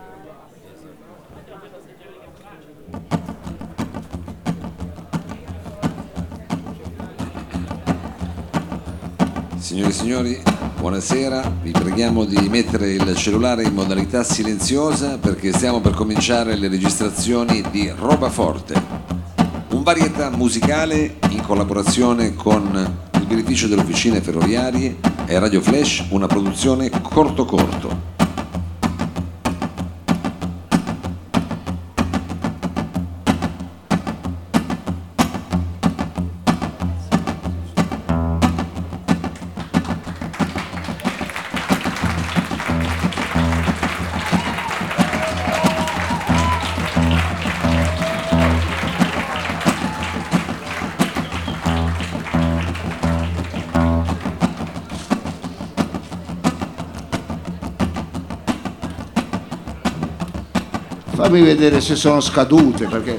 Signore e signori, buonasera, vi preghiamo di mettere il cellulare in modalità silenziosa perché stiamo per cominciare le registrazioni di Roba Forte, un varietà musicale in collaborazione con il Birrificio delle Officine Ferroviarie e Radio Flash, una produzione corto corto. Fammi vedere se sono scadute, perché...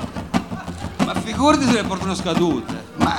Ma figurati se le portano scadute.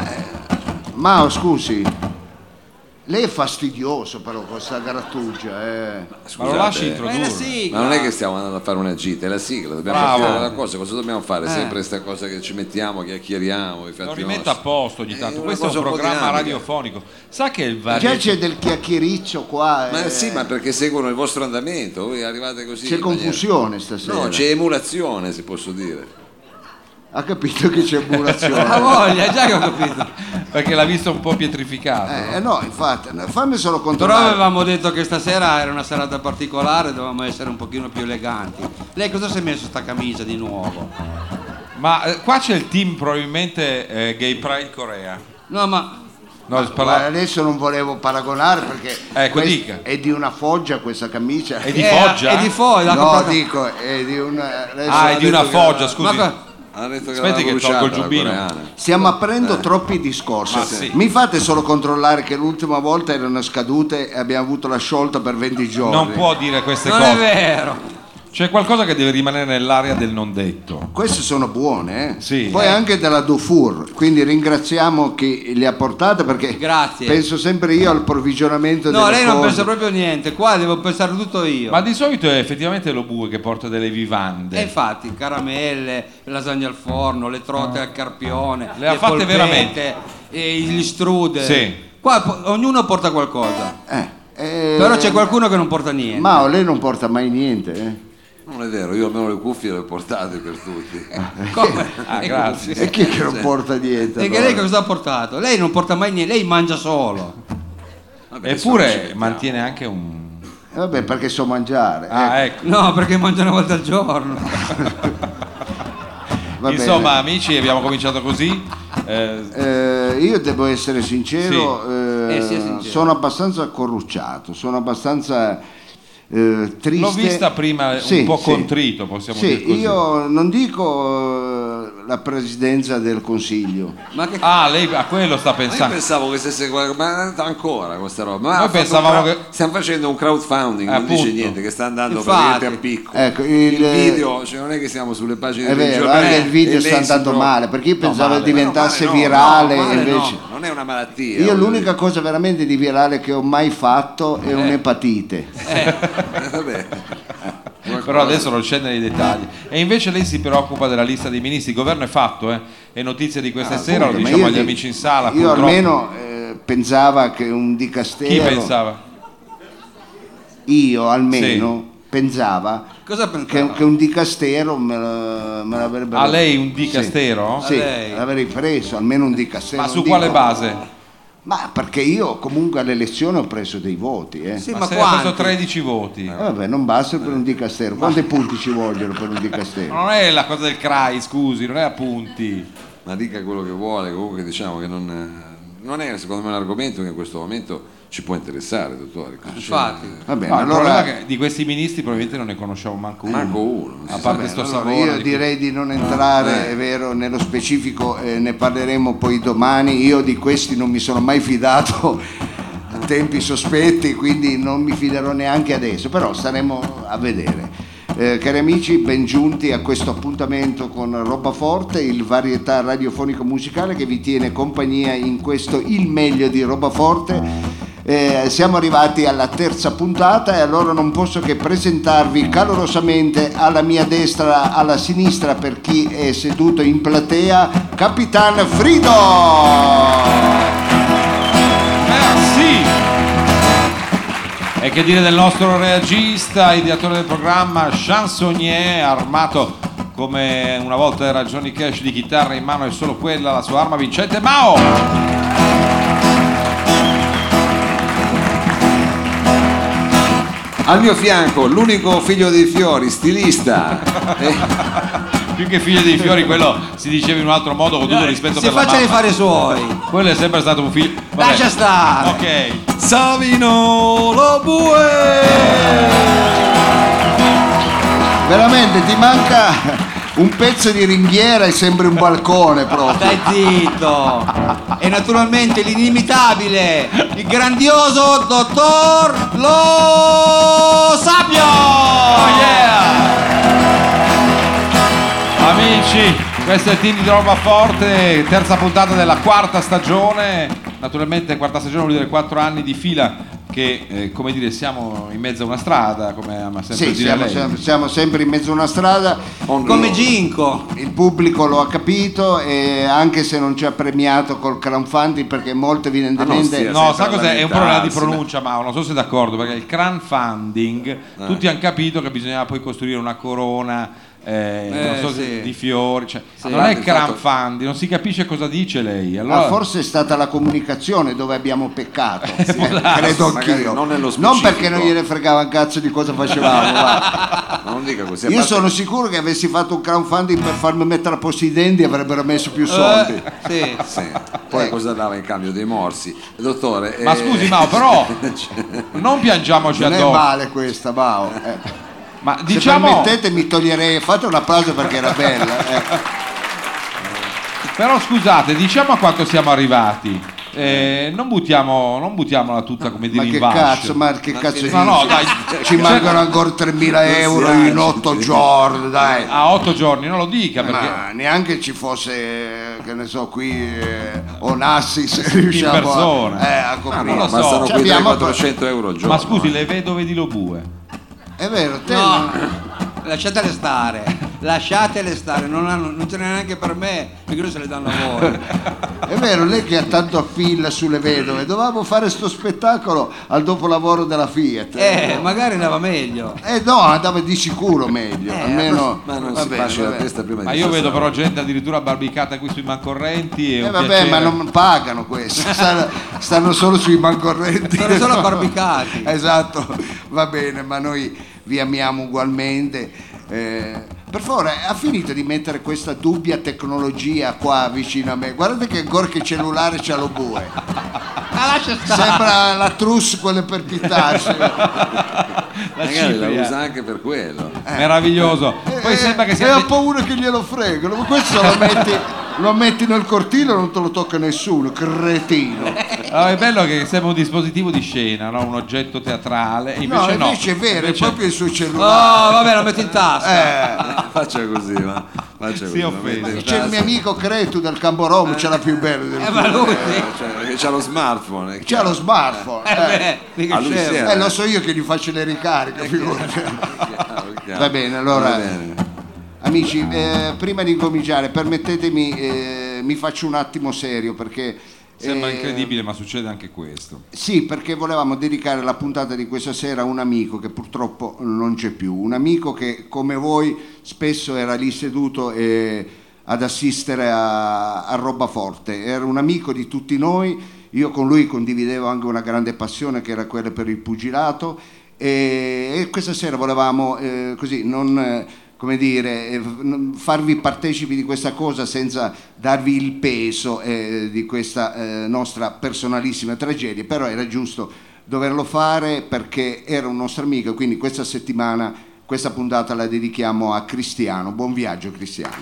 Mao, scusi, lei è fastidioso però con questa grattugia, Scusate, Ma lo lasci introdurre? ma non è che stiamo andando a fare una gita, è la sigla, dobbiamo fare una cosa, cosa dobbiamo fare? Sempre questa cosa che ci mettiamo, chiacchieriamo, i fatti Lo rimetta nostri. a posto ogni tanto. una Questo è cosa un un po' programma dinamica. radiofonico. Sa che il Già vario... c'è del chiacchiericcio qua. Ma sì, ma perché seguono il vostro andamento, voi arrivate così. C'è in maniera- confusione stasera. No, c'è emulazione, se posso dire. Ha capito che c'è emulazione. La voglia, già che ho capito. Perché l'ha visto un po' pietrificato. No, infatti, fammi solo Però controllare. avevamo detto che stasera era una serata particolare, dovevamo essere un pochino più eleganti. Lei cosa si è messo sta camicia di nuovo? Ma qua c'è il team probabilmente Gay Pride Corea. No, ma No, Guarda, adesso non volevo paragonare perché Ecco, dica. è di una foggia questa camicia. È di Foggia? È di Foggia. No, dico, è di una... adesso Ah, ha è di detto una che Foggia, era- scusi. Ma Hanno detto che Aspetti l'aveva che tolgo il bruciata la giubbino. coreana. Stiamo aprendo troppi discorsi. Ma sì. Mi fate solo controllare che l'ultima volta erano scadute e abbiamo avuto la sciolta per 20 giorni. Non può dire queste non è cose. vero. C'è qualcosa che deve rimanere nell'area del non detto. Queste sono buone, Sì. Poi anche della Dufour, quindi ringraziamo chi le ha portate perché Grazie. penso sempre io al provvigionamento No, delle lei non cose. pensa proprio niente, qua devo pensare tutto io. Ma di solito è effettivamente lo bue che porta delle vivande. E infatti, caramelle, lasagne al forno, le trote al carpione, Le ha fatte polpette, veramente? e gli strudel. Sì. Qua ognuno porta qualcosa. Però c'è qualcuno che non porta niente. Ma lei non porta mai niente, eh? Non è vero, io almeno le cuffie le ho portate per tutti. Come? Ah, grazie. E chi è che non porta niente? Perché allora? lei cosa ha portato? Lei non porta mai niente, lei mangia solo. Vabbè, adesso Eppure non ci mettiamo. mantiene anche un... Vabbè, perché so mangiare. Ah, ecco. No, perché mangia una volta al giorno. Va Insomma, bene. amici, abbiamo cominciato così. Io devo essere sincero, Sia sincero. sono abbastanza corrucciato, sono abbastanza triste. L'ho vista prima Sì, un po' sì. contrito, possiamo dire Sì, così. io non dico la presidenza del Consiglio. Ma che Ah, lei a quello sta Ma io pensando. pensavo che stesse ma ancora questa roba. Ma Noi ha fatto pensavamo un che- stiamo facendo un crowdfunding, non dice Appunto. niente, che sta andando Infatti. praticamente a picco. Ecco, il il- video, cioè non è che siamo sulle pagine È dei vero, giornali anche il video e sta lei si andando trova- male, perché io pensavo male. diventasse No, male no, virale, no, male invece... no, non è una malattia. Io voglio l'unica cosa veramente di virale che ho mai fatto è un'epatite. dire. Vabbè. Però adesso non scende nei dettagli. E invece lei si preoccupa della lista dei ministri. Il governo è fatto, eh? È notizia di questa sera, lo Appunto, ma diciamo io agli di- amici in sala. Io purtroppo. almeno pensava che un dicastero... Chi pensava? Io almeno Sì. pensava cosa pensava? che un dicastero me l'avrebbe... A lei un dicastero? Sì, A lei? l'avrei preso, almeno un dicastero. Ma non su dico- quale base? Ma perché io comunque alle elezioni ho preso dei voti, eh. Sì, Ma ma se ha preso quanti? 13 voti. Vabbè, non basta per un dicastero. Quanti punti ci vogliono per un dicastero? Non è la cosa del CRAI, scusi, non è a punti. Ma dica quello che vuole, comunque diciamo che non è secondo me un argomento che in questo momento ci può interessare, dottore. Infatti. Va bene, No, il problema allora... è che di questi ministri probabilmente non ne conosciamo manco uno. Manco uno. non si A sa. parte sto Allora, Savona. io di cui- direi di non entrare, è vero, nello specifico, ne parleremo poi domani. Io di questi non mi sono mai fidato a tempi sospetti, quindi non mi fiderò neanche adesso, però staremo a vedere. Cari amici, ben giunti a questo appuntamento con Roba Forte, il varietà radiofonico musicale che vi tiene compagnia in questo il meglio di Roba Forte. Siamo arrivati alla terza puntata e allora non posso che presentarvi calorosamente alla mia destra, alla sinistra per chi è seduto in platea, Capitan Frido. Merci. E che dire del nostro regista, ideatore del programma, chansonnier, armato come una volta era Johnny Cash di chitarra in mano e solo quella la sua arma vincente, Mao. Al mio fianco l'unico figlio dei fiori, stilista. Più che figlio dei fiori, quello si diceva in un altro modo con tutto il rispetto Si per la faccia mamma. i fare suoi. Quello è sempre stato un figlio. Vabbè. Lascia stare. Ok. Savino lo bue. Veramente ti manca un pezzo di ringhiera e sembri un balcone proprio. Stai zitto. E naturalmente l'inimitabile, il grandioso dottor Lo Sapio. Oh yeah! Amici, questo è Team di Roba Forte, terza puntata della quarta stagione. Naturalmente quarta stagione vuol dire 4 anni di fila che, come dire, siamo in mezzo a una strada, come ama sempre Sì, dire lei. siamo sempre in mezzo a una strada. Come Ginko. Il pubblico lo ha capito e anche se non ci ha premiato col crowdfunding perché molto evidentemente No, sa cos'è? È un problema di lamentarsi, pronuncia, ma non so se è d'accordo, perché il crowdfunding, tutti hanno capito che bisognava poi costruire una corona, non so se sì. di fiori, cioè, Sì. non è Infatti, crowdfunding, non si capisce cosa dice lei. Allora, forse è stata la comunicazione dove abbiamo peccato, credo magari anch'io. non nello Non specifico. perché non gliene fregava un cazzo di cosa facevamo. va. Non dica così. a Io parte- sono sicuro che avessi fatto un crowdfunding per farmi mettere a posto i denti avrebbero messo più soldi. Sì. Sì. Poi cosa dava in cambio dei morsi? Dottore. ma scusi Mao, però non piangiamoci Non è addosso. male questa, Mao. Ma Se diciamo, permettete mi toglierei, fate un applauso perché era bella. però scusate, diciamo a quanto siamo arrivati. Non buttiamola tutta come Ma dire che in vascio. cazzo, ma che cazzo No, no, dici? dai, Ci mancano ancora 3.000 euro in 8 giorni, dai. a 8 giorni, non lo dica perché Ma neanche ci fosse, che ne so, qui Onassis se riusciamo persona. a coprire. non lo so. Bastano Ci quei abbiamo 400 euro al giorno. ma scusi, le vedove di Lobue. È vero, te No, lasciatele stare. Lasciatele stare, non ce n'è neanche per me, perché non se le danno a voi. è vero, lei che ha tanto appeal sulle vedove, dovevamo fare sto spettacolo al dopolavoro della Fiat. Magari andava meglio. No, andava di sicuro meglio, almeno Ma non va si bene, fasci va la bene. testa prima Ma di io vedo passare. però gente addirittura barbicata qui sui mancorrenti. E un Vabbè, piacere. ma non pagano questi, stanno solo sui mancorrenti. Sono solo barbicati. Esatto, va bene, ma noi vi amiamo ugualmente. Per favore, ha finito di mettere questa dubbia tecnologia qua vicino a me? Guardate che ancora che cellulare c'ha lo bue. Ma lascia stare. Sembra la trousse, quelle per pittarsi. Magari la cipria. usa anche per quello. Meraviglioso. Poi sembra che E sia ha paura che glielo fregano. Ma questo lo metti nel cortile e non te lo tocca nessuno, cretino. è bello che sembra un dispositivo di scena, no? Un oggetto teatrale. E No, invece no. invece è vero, Invece- è proprio il suo Oh, cellulare. vabbè, lo metto in tasca. Faccia così, ma faccia così. non offende. mette in C'è il tasca. mio amico Cretu del Camborom, c'è la più bella del Ma lui Cioè, perché c'ha lo smartphone. è C'ha chiaro. lo smartphone. mica A lui scemo. sì. Lo so io che gli faccio le ricariche, figurati. Chiaro, chiaro. Va bene, allora, Va bene. amici, prima di incominciare, permettetemi, mi faccio un attimo serio perché... Sembra incredibile, ma succede anche questo. Sì, perché volevamo dedicare la puntata di questa sera a un amico che purtroppo non c'è più, un amico che come voi spesso era lì seduto ad assistere a Roba Forte, era un amico di tutti noi, io con lui condividevo anche una grande passione che era quella per il pugilato e questa sera volevamo così non... come dire, farvi partecipi di questa cosa senza darvi il peso di questa nostra personalissima tragedia, però era giusto doverlo fare perché era un nostro amico, quindi questa settimana, questa puntata la dedichiamo a Cristiano. Buon viaggio Cristiano.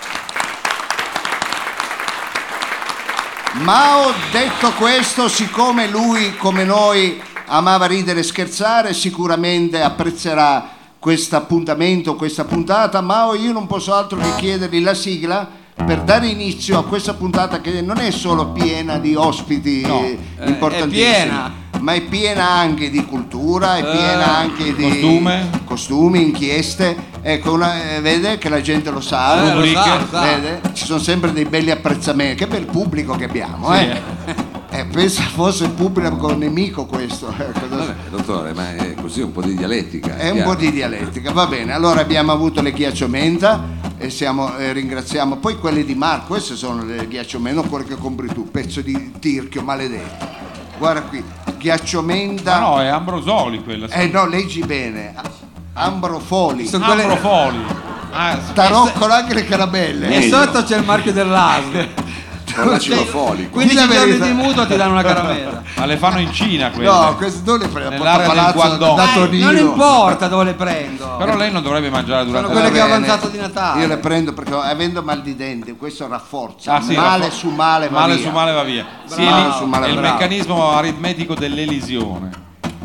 Ma ho detto questo, siccome lui come noi amava ridere e scherzare, sicuramente apprezzerà questo appuntamento, questa puntata. Mao, io non posso altro che chiedergli la sigla per dare inizio a questa puntata che non è solo piena di ospiti È importantissimi. piena. ma è piena anche di cultura, è piena anche di costumi, inchieste. Ecco, vede che la gente lo sa, vede? Ci sono sempre dei belli apprezzamenti. Che bel pubblico che abbiamo, pensa fosse il pubblico nemico questo. Vabbè, dottore, ma è così un po' di dialettica. È un po' di dialettica, va bene. Allora abbiamo avuto le ghiacciomenta e ringraziamo poi quelle di Marco. Queste sono le ghiacciomenta, non quelle che compri tu, pezzo di tirchio maledetto. Guarda qui, ghiacciomenta. No, è Ambrosoli quella. No, leggi bene. Ambrofoli. Ambrofoli. Taroccolo anche le caramelle. E sotto c'è il marchio dell'ASL. Con l'accido folico. 15 giorni di mutuo ti danno una caramella. Ma le fanno in Cina quelle? No, queste non le prendo nell'area del Guangdong. da Torino. Non importa dove le prendo. Però lei non dovrebbe mangiare durante Sono quelle che ho avanzato di Natale. Io le prendo perché avendo mal di dente, questo rafforza. Sì, male su male va via. Su male va via. Sì, è il meccanismo aritmetico dell'elisione.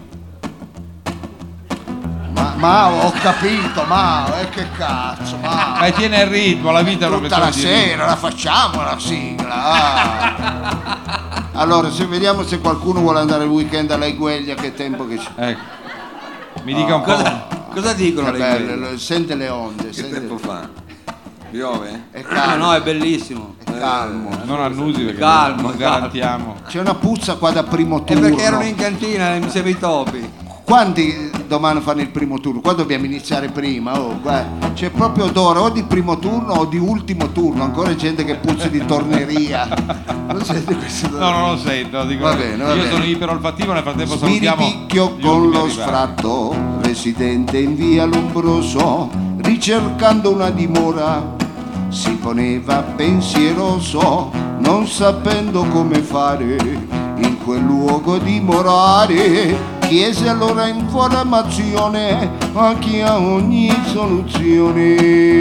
Ma ho capito, che cazzo, ma tiene il ritmo, la vita è una tutta la sera la facciamo la sigla. Allora, vediamo se qualcuno vuole andare il weekend alla Igueglia, che tempo che c'è. Ecco. Mi dica un po'. Cosa dicono le sente le onde. Che tempo fa? Piove? È calmo. No, è bellissimo. È calmo. Non annusi perché calmo, non garantiamo. C'è una puzza qua da primo turno. È perché erano in cantina mi sembra i topi. Quanti domani fanno il primo turno? Qua dobbiamo iniziare prima. C'è proprio odore o di primo turno o di ultimo turno. Ancora gente che puzza di torneria. Non sente questo? No, non lo sento. Dico, va bene. Io sono iperolfattivo, nel frattempo salutiamo. Spiripicchio con lo sfratto, residente in via Lombroso, ricercando una dimora, si poneva pensieroso, non sapendo come fare in quel luogo dimorare. Chiese allora informazione a chi ha ogni soluzione.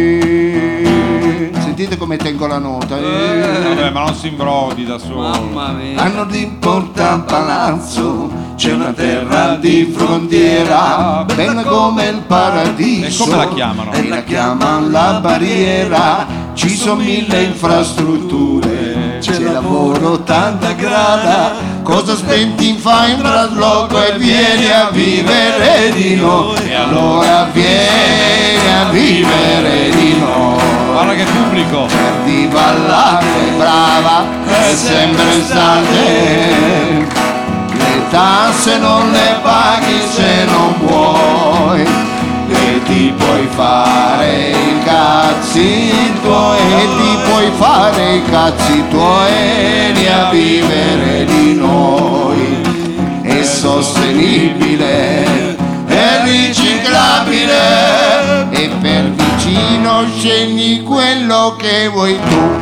Sentite come tengo la nota. Vabbè, ma non si imbrodi da solo. Mamma mia. Hanno di porta a palazzo, c'è una terra di frontiera, bella come il paradiso. E come la chiamano? E la chiamano la barriera. Ci sono 1000 infrastrutture, c'è lavoro, tanta grada. Cosa aspetti, fai un trasloco e vieni a vivere di noi. E allora vieni a vivere di noi. Guarda che pubblico. Di ballare brava è sempre estate. Le tasse non le paghi se non vuoi. E ti puoi fare i cazzi tuoi. E ti puoi fare i cazzi tuoi. Vieni a vivere di noi. È sostenibile, è riciclabile. E per vicino scegli quello che vuoi tu.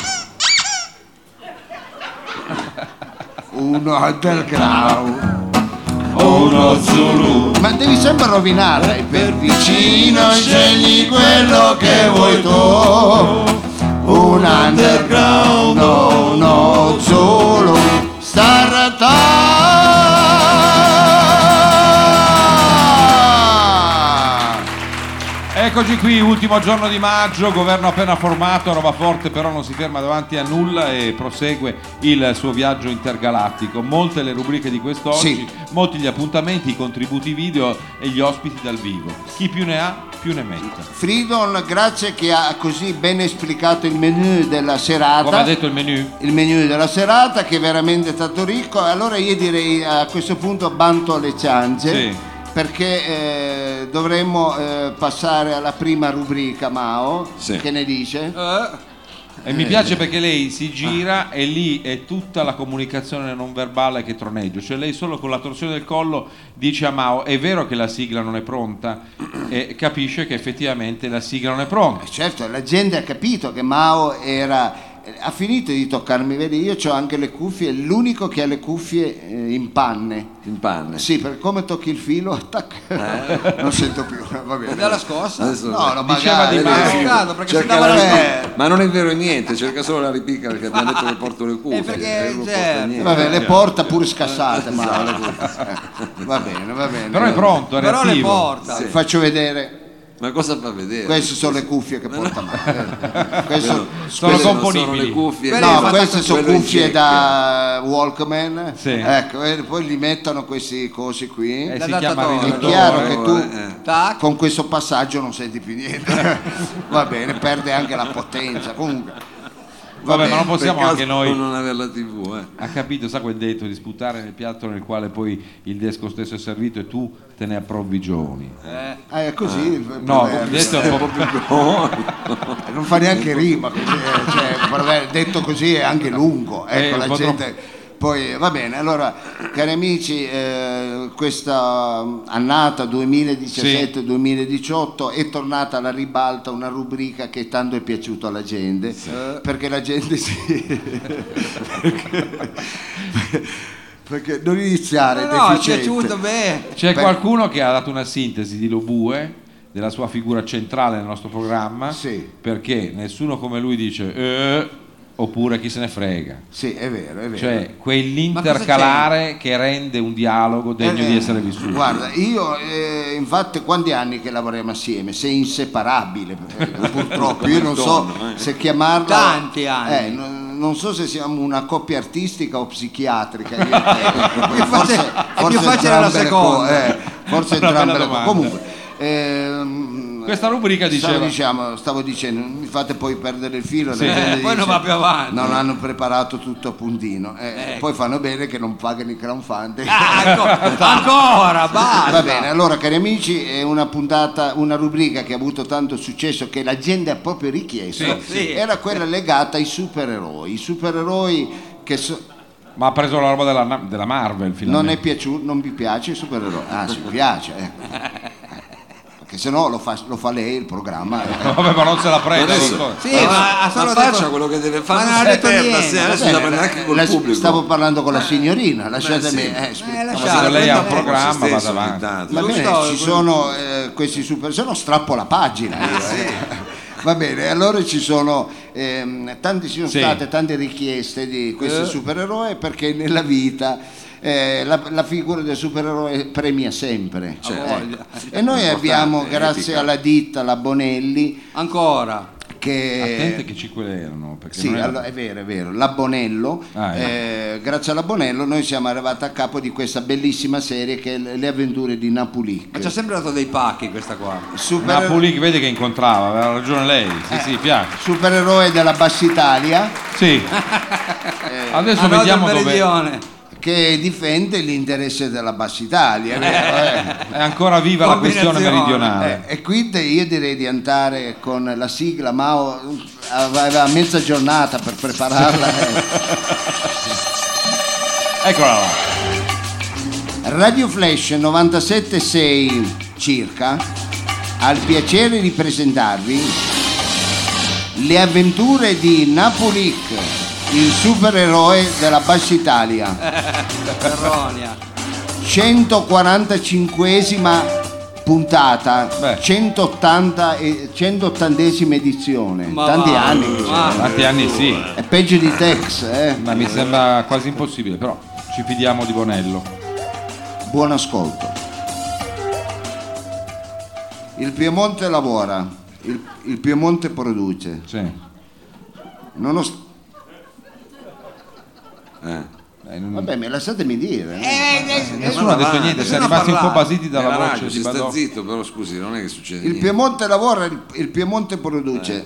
Uno underground, uno Zulu. Ma devi sempre rovinare. Per vicino scegli quello che vuoi tu. Un underground, uno Zulu. Eccoci qui, ultimo giorno di maggio, governo appena formato, roba forte però non si ferma davanti a nulla e prosegue il suo viaggio intergalattico. Molte le rubriche di quest'oggi, sì. Molti gli appuntamenti, i contributi video e gli ospiti dal vivo. Chi più ne ha, più ne metta. Fridon, grazie che ha così ben esplicato il menù della serata. Come ha detto il menù? Il menù della serata, che è veramente stato ricco. Allora io direi a questo punto banto alle ciance. Sì. Perché dovremmo passare alla prima rubrica, Mao. Sì. Che ne dice? E mi piace perché lei si gira e lì è tutta la comunicazione non verbale che troneggia, cioè lei solo con la torsione del collo dice a Mao è vero che la sigla non è pronta e capisce che effettivamente la sigla non è pronta. Certo, la gente ha capito che Mao ha finito di toccarmi, vedi, io ho anche le cuffie, l'unico che ha le cuffie in panne. In panne? Sì, per come tocchi il filo, non sento più, va bene. Dalla scossa? Adesso No, diceva di peccato, perché cerca si dava la ma non è vero niente, cerca solo la ripicca perché abbiamo detto che porto le cuffie. perché non certo. porta niente. Vabbè, le porta pure scassate, ma Esatto. va bene, va bene. Però è pronto, è Però le reattivo. porta. Sì. Faccio vedere. Ma cosa fa vedere? Queste sono le cuffie che porta Sono Quelle non componibili. sono le cuffie. Quelle No, fa- queste sono quello in cuffie cecca. da Walkman. Sì. Ecco, e poi gli mettono questi cosi qui. Si L'adattatore. chiama È risonatore. chiaro che tu Tac. con questo passaggio non senti più niente. Va bene, perde anche la potenza. Comunque. Vabbè, ma non possiamo Peccato anche noi. non avere la TV, Ha capito, sa quel detto di sputare nel piatto nel quale poi il desco stesso è servito e tu te ne approvvigioni. È così il No, proverbio. il detto è un po' Non fa neanche rima così, cioè, il proverbio detto così è anche lungo. Ecco, un la po' gente. Poi va bene, allora cari amici, questa annata 2017-2018 è tornata alla ribalta una rubrica che tanto è piaciuta alla gente, perché la gente perché non iniziare No, è deficiente. piaciuto bene. C'è qualcuno che ha dato una sintesi di Lobue, della sua figura centrale nel nostro programma, Sì. perché nessuno come lui dice oppure chi se ne frega. Sì, è vero, è vero. Cioè, quell'intercalare che rende un dialogo degno di essere vissuto. Guarda, io infatti quanti anni che lavoriamo assieme? Sei inseparabile, purtroppo. Io non so se chiamarla. Tanti anni. Non so se siamo una coppia artistica o psichiatrica. Io e te. È più facile la entrambe le seconda. forse Una entrambe bella le cose. domanda. Comunque. Questa rubrica diceva Stavo dicendo, non mi fate poi perdere il filo. Sì. La gente Poi non dice, va più avanti. non hanno preparato tutto a puntino. Poi fanno bene che non pagano il crowdfunding. Ancora, basta. Va bene, allora cari amici, è una puntata, una rubrica che ha avuto tanto successo che la gente ha proprio richiesto. Sì. Era quella legata ai supereroi. I supereroi che ma ha preso la roba della Marvel non finalmente. è piaciuto, non vi piace il supereroe. Anzi, mi piace, ecco. Perché se no lo fa lei il programma. Vabbè, ma non se la prende. Adesso- Sì, ma ha solo faccia detto- quello che deve Ma fare. non ha detto niente. Adesso Bene, la prende anche col pubblico. stavo parlando con la signorina, lasciatemi. sì. lasciate, se lei ha un prenda- programma, Se vada stesso avanti. ogni tanto. Va bene, Giusto, ci sono questi super, se no strappo la pagina. Io, Va bene, allora ci sono sono Sì. state tante richieste di questi supereroi perché nella vita la figura del supereroe premia sempre. Certo. E noi Importante, abbiamo, grazie epica. alla ditta, la Bonelli, Ancora. Attente che che ci quelle erano. Perché sì, non era- allora, è vero, la Bonello, grazie alla Bonello noi siamo arrivati a capo di questa bellissima serie che è Le avventure di Napulic. Ma ci ha sempre dato dei pacchi questa qua. Napoli che vede che incontrava, aveva ragione lei. Sì, piace. Supereroe della Bassa Italia Sì. Adesso A nord del vediamo dove meridione. che difende l'interesse della Bassa Italia, è vero, è ancora viva la questione Combinazione. meridionale. E quindi io direi di andare con la sigla. Mao aveva mezza giornata per prepararla. Eccola là. Radio Flash 97.6 circa ha il piacere di presentarvi Le avventure di Napulic, il supereroe della Bassa Italia, Erronea. 145esima puntata, Beh. 180esima edizione. Ma Tanti va. anni, Ma- Tanti anni sì, è peggio di Tex, ma mi sembra quasi impossibile, però ci fidiamo di Bonello. Buon ascolto. Il Piemonte lavora, il Piemonte produce. Sì. Vabbè, me lasciatemi dire. Nessuno ha detto niente, siamo nessuno ha rimasti un po' parlato. basiti dalla Era voce radio, di si sta Badò. zitto, però scusi, non è che succede Il niente. Piemonte lavora, il Piemonte produce.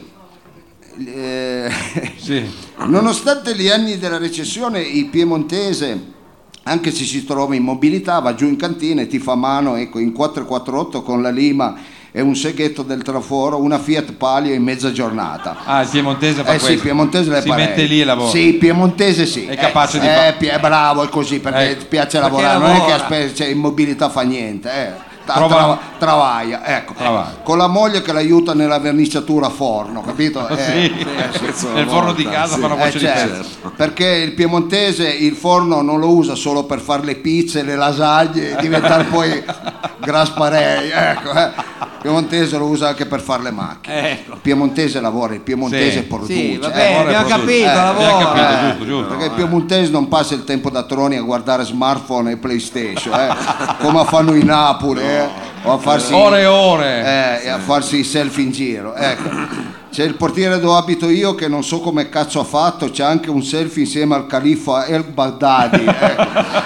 Sì. Nonostante gli anni della recessione, il piemontese, anche se si trova in mobilità, va giù in cantina e ti fa mano, ecco, in 448 con la lima e un seghetto del traforo, una Fiat Palio in mezza giornata. Ah, il piemontese fa Sì, questo. il piemontese le si parecchie. mette lì e lavora. Sì, il piemontese sì. È capace di fare. È bravo, è così, perché Ecco. piace Perché lavorare, non è che lavora. cioè, in mobilità fa niente. Trova- Travaglia, ecco. Travaglia. Con la moglie che l'aiuta nella verniciatura a forno, capito? Sì. Questa è una Nel forno di volta, casa sì. fanno voce di Certo, pezzo. perché il piemontese il forno non lo usa solo per fare le pizze, le lasagne e diventare poi Grasparei, ecco. Il piemontese lo usa anche per fare le macchine. Ecco. Il piemontese lavora, il piemontese Sì. produce. Sì, va ora bene, è abbiamo produce. capito, Abbiamo lavora. capito, giusto, giusto. Perché il piemontese non passa il tempo da troni a guardare smartphone e PlayStation, come fanno i Napoli. o a farsi ore e ore. a farsi i selfie in giro. Ecco. C'è il portiere dove abito io che non so come cazzo ha fatto, c'è anche un selfie insieme al califa El Baghdadi. Ecco.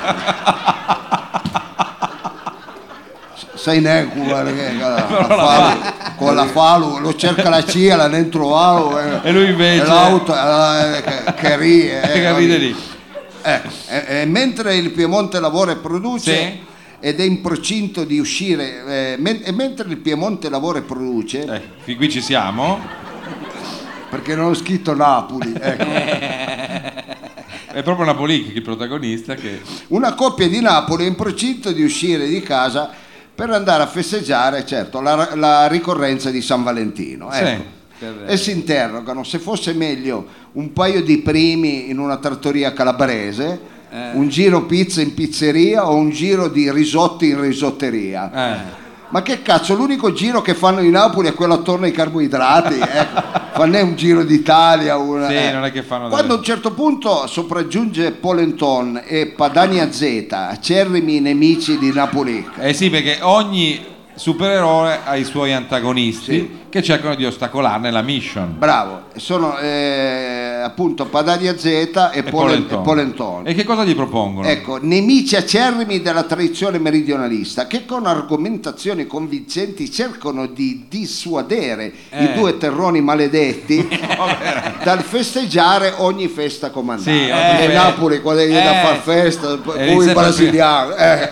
Sei neco, con la falu, lo cerca la CIA, la non trovato e lui invece l'auto che rie. Che ride lì. Mentre il Piemonte lavora e produce, Sì. ed è in procinto di uscire, e mentre il Piemonte lavora e produce, Fin qui ci siamo. perché non ho scritto Napoli, ecco. È proprio Napoli il protagonista che... Una coppia di Napoli è in procinto di uscire di casa per andare a festeggiare, certo, la ricorrenza di San Valentino, ecco. E si interrogano se fosse meglio un paio di primi in una trattoria calabrese, un giro pizza in pizzeria o un giro di risotti in risotteria. Ma che cazzo, l'unico giro che fanno in Napoli è quello attorno ai carboidrati, ecco. Fanno un giro d'Italia, Sì, non è che fanno quando a un certo punto sopraggiunge Polenton e Padania Z, acerrimi nemici di Napoli. Sì, perché ogni supereroe ha i suoi antagonisti che cercano di ostacolarne la mission. Bravo, sono appunto Padania Z e Polenton. E che cosa gli propongono? Ecco, nemici acerrimi della tradizione meridionalista che con argomentazioni convincenti cercano di dissuadere i due terroni maledetti dal festeggiare ogni festa comandata. Sì, e Napoli quando è da far festa, voi brasiliani.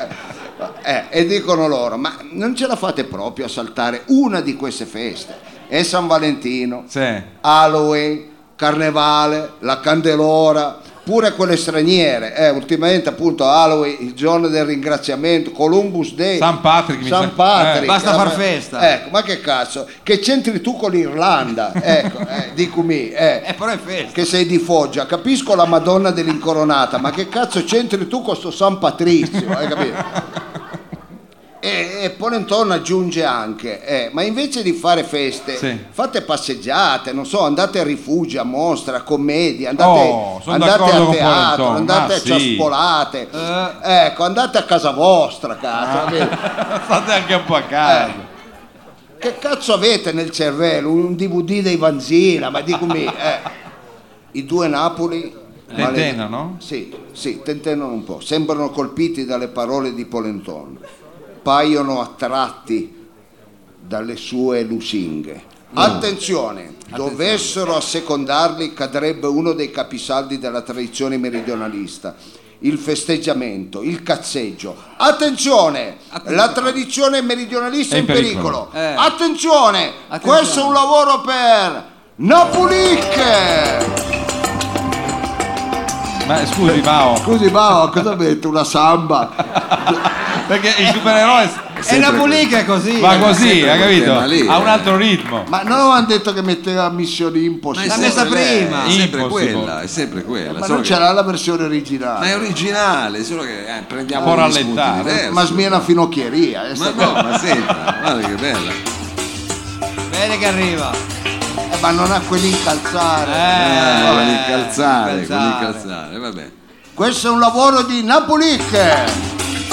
E dicono loro, ma non ce la fate proprio a saltare una di queste feste? È San Valentino, Halloween, Carnevale, la Candelora, pure quelle straniere, ultimamente appunto Halloween, il giorno del ringraziamento, Columbus Day, San Patrick, basta far festa. Ecco, ma che cazzo, che c'entri tu con l'Irlanda? Ecco, dicomi, però è festa. che sei di Foggia, capisco la Madonna dell'Incoronata, ma che cazzo c'entri tu con sto San Patrizio? Hai capito? E Polenton aggiunge anche, ma invece di fare feste, fate passeggiate, non so, andate a rifugi, a mostre, a commedie, andate a teatro, andate a ciaspolate, ecco, andate a casa vostra, cazzo. State anche un po' a casa. Che cazzo avete nel cervello? Un DVD dei Vanzina, ma dicomi, i due Napoli tentennano? Sì, tentennano un po', sembrano colpiti dalle parole di Polenton. Paiono attratti dalle sue lusinghe. Attenzione, dovessero assecondarli cadrebbe uno dei capisaldi della tradizione meridionalista, il festeggiamento, il cazzeggio. Attenzione, la tradizione meridionalista è in pericolo. Attenzione, questo è un lavoro per Napolicche. Ma scusi Mao, cosa mette una samba? Perché il supereroe è Napoli che è così. Va così, hai capito? Ha un altro ritmo. Ma non avevano detto che metteva Mission Impossible? L'ha messa prima. È sempre quella. Ma non c'era la versione originale. Ma è originale, solo che prendiamo un po' degli spunti rallentare. diversi. Ma smena finocchieria. Ma senta, guarda che bella. Bene che arriva. Ma non ha quell'incalzare. Con il calzare, vabbè. Questo è un lavoro di Napolicche.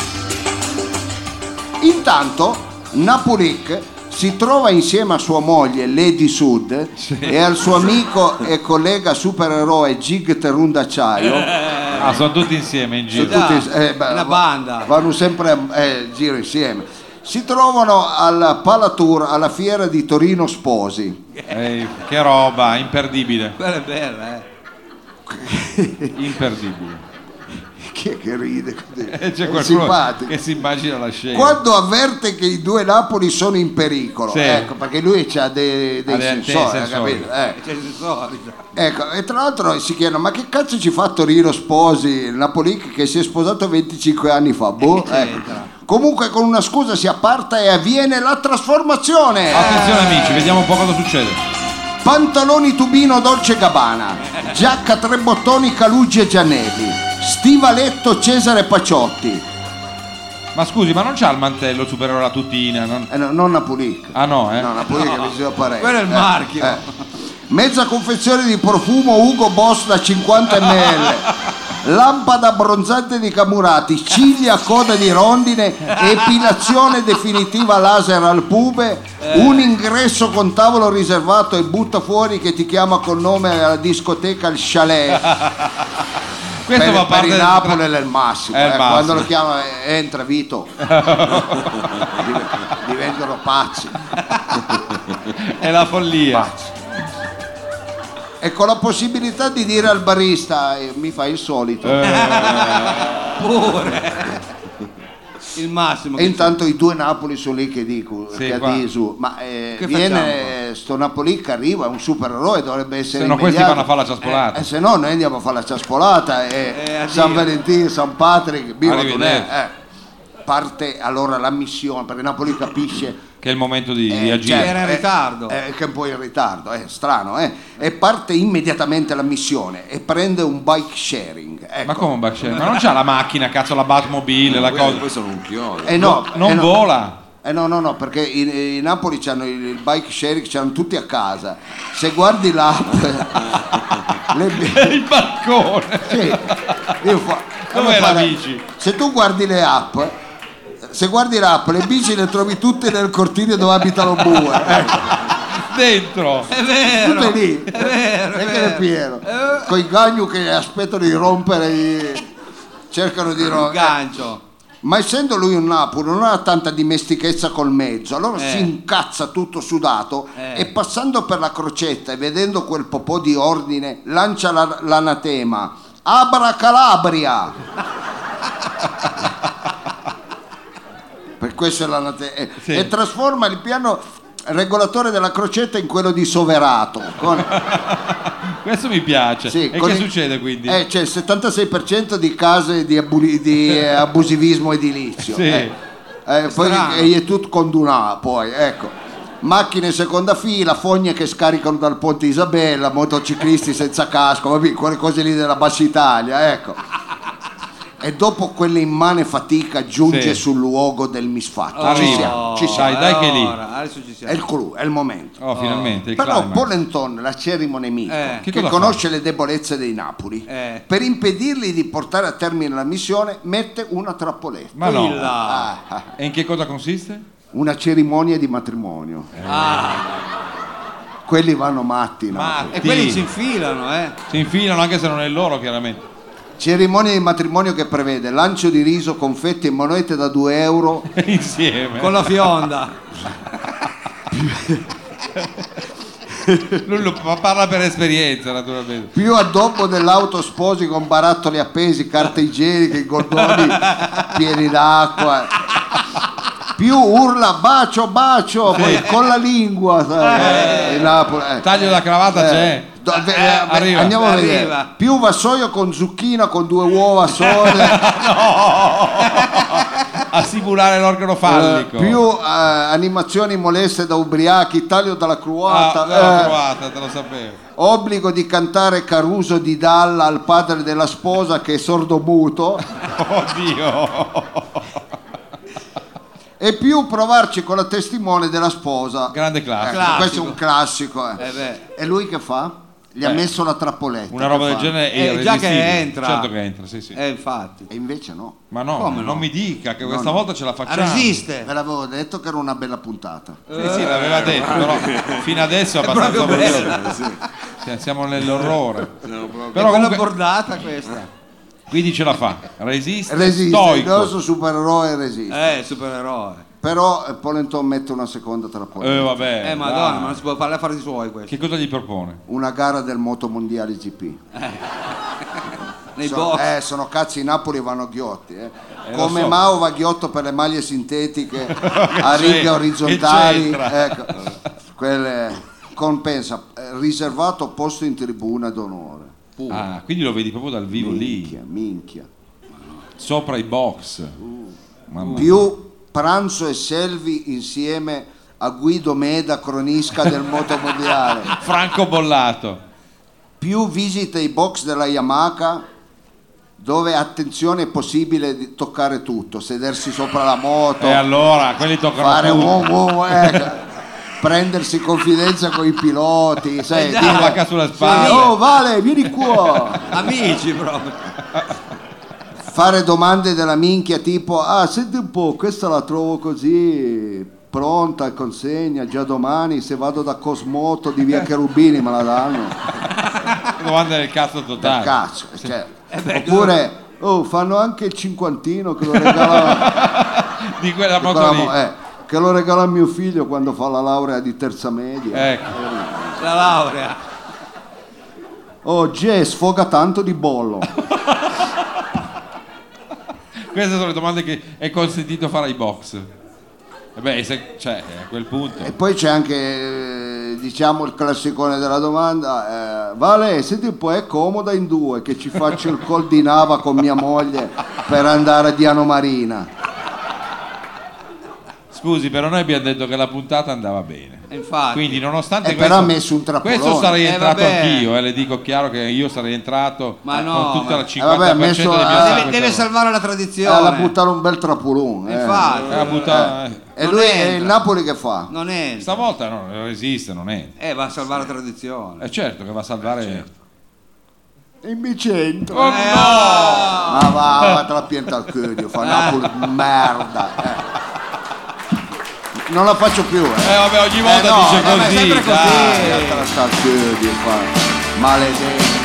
Intanto Napolicche si trova insieme a sua moglie Lady Sud e al suo amico e collega supereroe Gig Terundacciaio. Sono tutti insieme in giro. Una banda. Vanno sempre in giro insieme. Si trovano al Palatour alla fiera di Torino Sposi. Che roba, imperdibile. Quella è bella, Imperdibile. Chi è che ride? C'è qualcuno che si immagina la scena. Quando avverte che i due Napoli sono in pericolo, ecco, perché lui ha dei sensori, capito? C'è il sensori. Ecco, e tra l'altro si chiedono, ma che cazzo ci fa Torino Sposi, Napoli che si è sposato 25 anni fa? Comunque con una scusa si apparta e avviene la trasformazione. Attenzione amici, vediamo un po' cosa succede. Pantaloni tubino Dolce Gabbana, giacca tre bottoni Calugi e Gianelli, stivaletto Cesare Paciotti. Ma scusi, ma non c'ha il mantello supereroe la tutina? Non Napolicche. No, No, Napolicche no. bisogna parecchio. Quello è il marchio. Mezza confezione di profumo Ugo Boss da 50 ml. lampada abbronzante di Camurati, ciglia a coda di rondine, epilazione definitiva laser al pube, un ingresso con tavolo riservato e butta fuori che ti chiama col nome alla discoteca il Chalet. Questo va Per parte il Napoli è il massimo, È il massimo. quando lo chiama entra Vito diventano pazzi. è la follia. E con la possibilità di dire al barista mi fai il solito. Pure. Il massimo. E intanto i due Napoli sono lì che dico, Sì, che qua. addisu, ma Che viene sto Napoli che arriva, è un supereroe, dovrebbe essere Se no questi immediato. vanno a fare la ciaspolata. Se no noi andiamo a fare la ciaspolata addio. San Valentino, San Patrick, Arrivederci. parte allora la missione, perché Napoli capisce Che è il momento di agire. cioè, era in ritardo. che è un po' in ritardo, è strano, e parte immediatamente la missione e prende un bike sharing. Ecco. Ma come un backsharing? Ma non c'ha la macchina, cazzo, la Batmobile, la cosa. Poi sono un chiodo. No, Non no. vola. No, perché in Napoli c'hanno il bike sharing, c'hanno tutti a casa. Se guardi l'app, Il balcone. sì, Dov'è la bici? Se tu guardi le app, se guardi l'app, le bici le trovi tutte nel cortile dove abitano bue. Dentro. È vero. Tutte lì, È vero. e che ne pieno, con i gagnu che aspettano di rompere, cercano di Il rompere. gancio. Ma essendo lui un Napoli non ha tanta dimestichezza col mezzo, allora si incazza tutto sudato e passando per la crocetta e vedendo quel popò di ordine lancia l'anatema Abra Calabria. Per questo è l'anatema Sì. e trasforma il piano regolatore della crocetta in quello di Soverato Questo mi piace. Sì, E con che il- succede quindi? c'è il 76% di case di abusivismo edilizio. Sì. Poi Strano. e è tutto condunato poi, ecco. Macchine in seconda fila, fogne che scaricano dal ponte Isabella, motociclisti senza casco, vabbè, quelle cose lì della Bassa Italia, ecco. E dopo quell'immane fatica giunge Sì. sul luogo del misfatto. Arriva. Ci siamo. Dai, che lì. Allora, adesso ci È siamo. il clou, è il momento. Oh, finalmente il Però climax. Polenton, l'acerrimo nemico, Che che cosa conosce le debolezze dei Napoli, per impedirgli di portare a termine la missione, mette una trappoletta. Ma no. Quella. E in che cosa consiste? Una cerimonia di matrimonio. Quelli vanno matti, no? Matti. E quelli si infilano, Si infilano anche se non è loro, chiaramente. Cerimonia di matrimonio che prevede lancio di riso, confetti e monete da 2 euro, Insieme. con la fionda. Lui parla per esperienza, naturalmente. più addobbo dell'auto sposi con barattoli appesi, carte igieniche, gordoni pieni d'acqua, più urla bacio bacio poi con la lingua, sai, in Napoli, Taglio da cravatta c'è. Arriva. Andiamo a vedere. Arriva. Più vassoio con zucchina con 2 uova sole, A simulare l'organo fallico. più animazioni moleste da ubriachi, taglio dalla croata, dalla croata, te lo sapevo. obbligo di cantare Caruso di Dalla al padre della sposa che è sordomuto, Oddio. e più provarci con la testimone della sposa. Grande classe. Classico. Questo è un classico. Beh. E lui che fa? Gli ha messo la trappoletta. Una roba che del fa? genere è Già irresistibile. che entra. Certo che entra, sì, sì. Infatti. E invece no. Ma no, Come no? non mi dica che questa no. volta ce la facciamo. Resiste. Ve l'avevo detto che era una bella puntata. Sì, l'aveva detto, però fino adesso è abbastanza proprio orgoglioso. Siamo nell'orrore. Però Però quella comunque, bordata questa. quindi ce la fa. Resiste, Resiste, il stoico. nostro supereroe resiste. Supereroe. Però Polenton mette una seconda trappoletta. Vabbè. Madonna, dai. ma non si può fare affari suoi questo. Che cosa gli propone? Una gara del motomondiale GP. Nei Sono, box. sono cazzi, Napoli vanno ghiotti. lo Come so. Mao va ghiotto per le maglie sintetiche a righe c'è- orizzontali. che c'entra? Ecco, quelle compensa, riservato posto in tribuna d'onore. Ah, quindi lo vedi proprio dal vivo lì, Minchia. sopra i box. Mamma mia. Più pranzo e selvi insieme a Guido Meda, cronista del motomondiale. Franco Bollato. Più visita i box della Yamaha, dove attenzione è possibile di toccare tutto, sedersi sopra la moto, E allora, quelli toccano fare tutto. prendersi confidenza con i piloti, sai, già. dire, Vacca sulla sì, spalla. oh Vale, vieni qua. Amici proprio. fare domande della minchia tipo senti un po', questa la trovo così pronta, consegna già domani, se vado da Cosmoto di via Cherubini me la danno. Domanda del cazzo totale. Del cazzo, certo. Oppure fanno anche il cinquantino che lo regala Di quella moto lì. che lo regala a mio figlio quando fa la laurea di terza media. Ecco. La laurea. Jay sfoga tanto di bollo. Queste sono le domande che è consentito fare ai box. A quel punto. E poi c'è anche, diciamo, il classicone della domanda. Vale, senti un po', è comoda in due che ci faccio il col di Nava con mia moglie per andare a Diano Marina. Scusi, però noi abbiamo detto che la puntata andava bene. Infatti. Quindi nonostante però ha questo, messo un trappolone. questo sarei entrato vabbè. anch'io, le dico chiaro che io sarei entrato Ma no, con tutta ma- la 50% vabbè, ha messo- del mio deve- sangue. Deve salvare la tradizione. Da buttare un bel trapolone. Infatti. E Non lui entra. è il Napoli che fa? Non è. Stavolta no, non resiste, non è. Va a salvare la tradizione. È certo che va a salvare. In Vicento. Oh, no! Ma va tra pianta al culo, fa Napoli merda. Non la faccio più, Vabbè, ogni volta no, dice vabbè, così. sempre così. dai. Tra al culo, fa maledetti.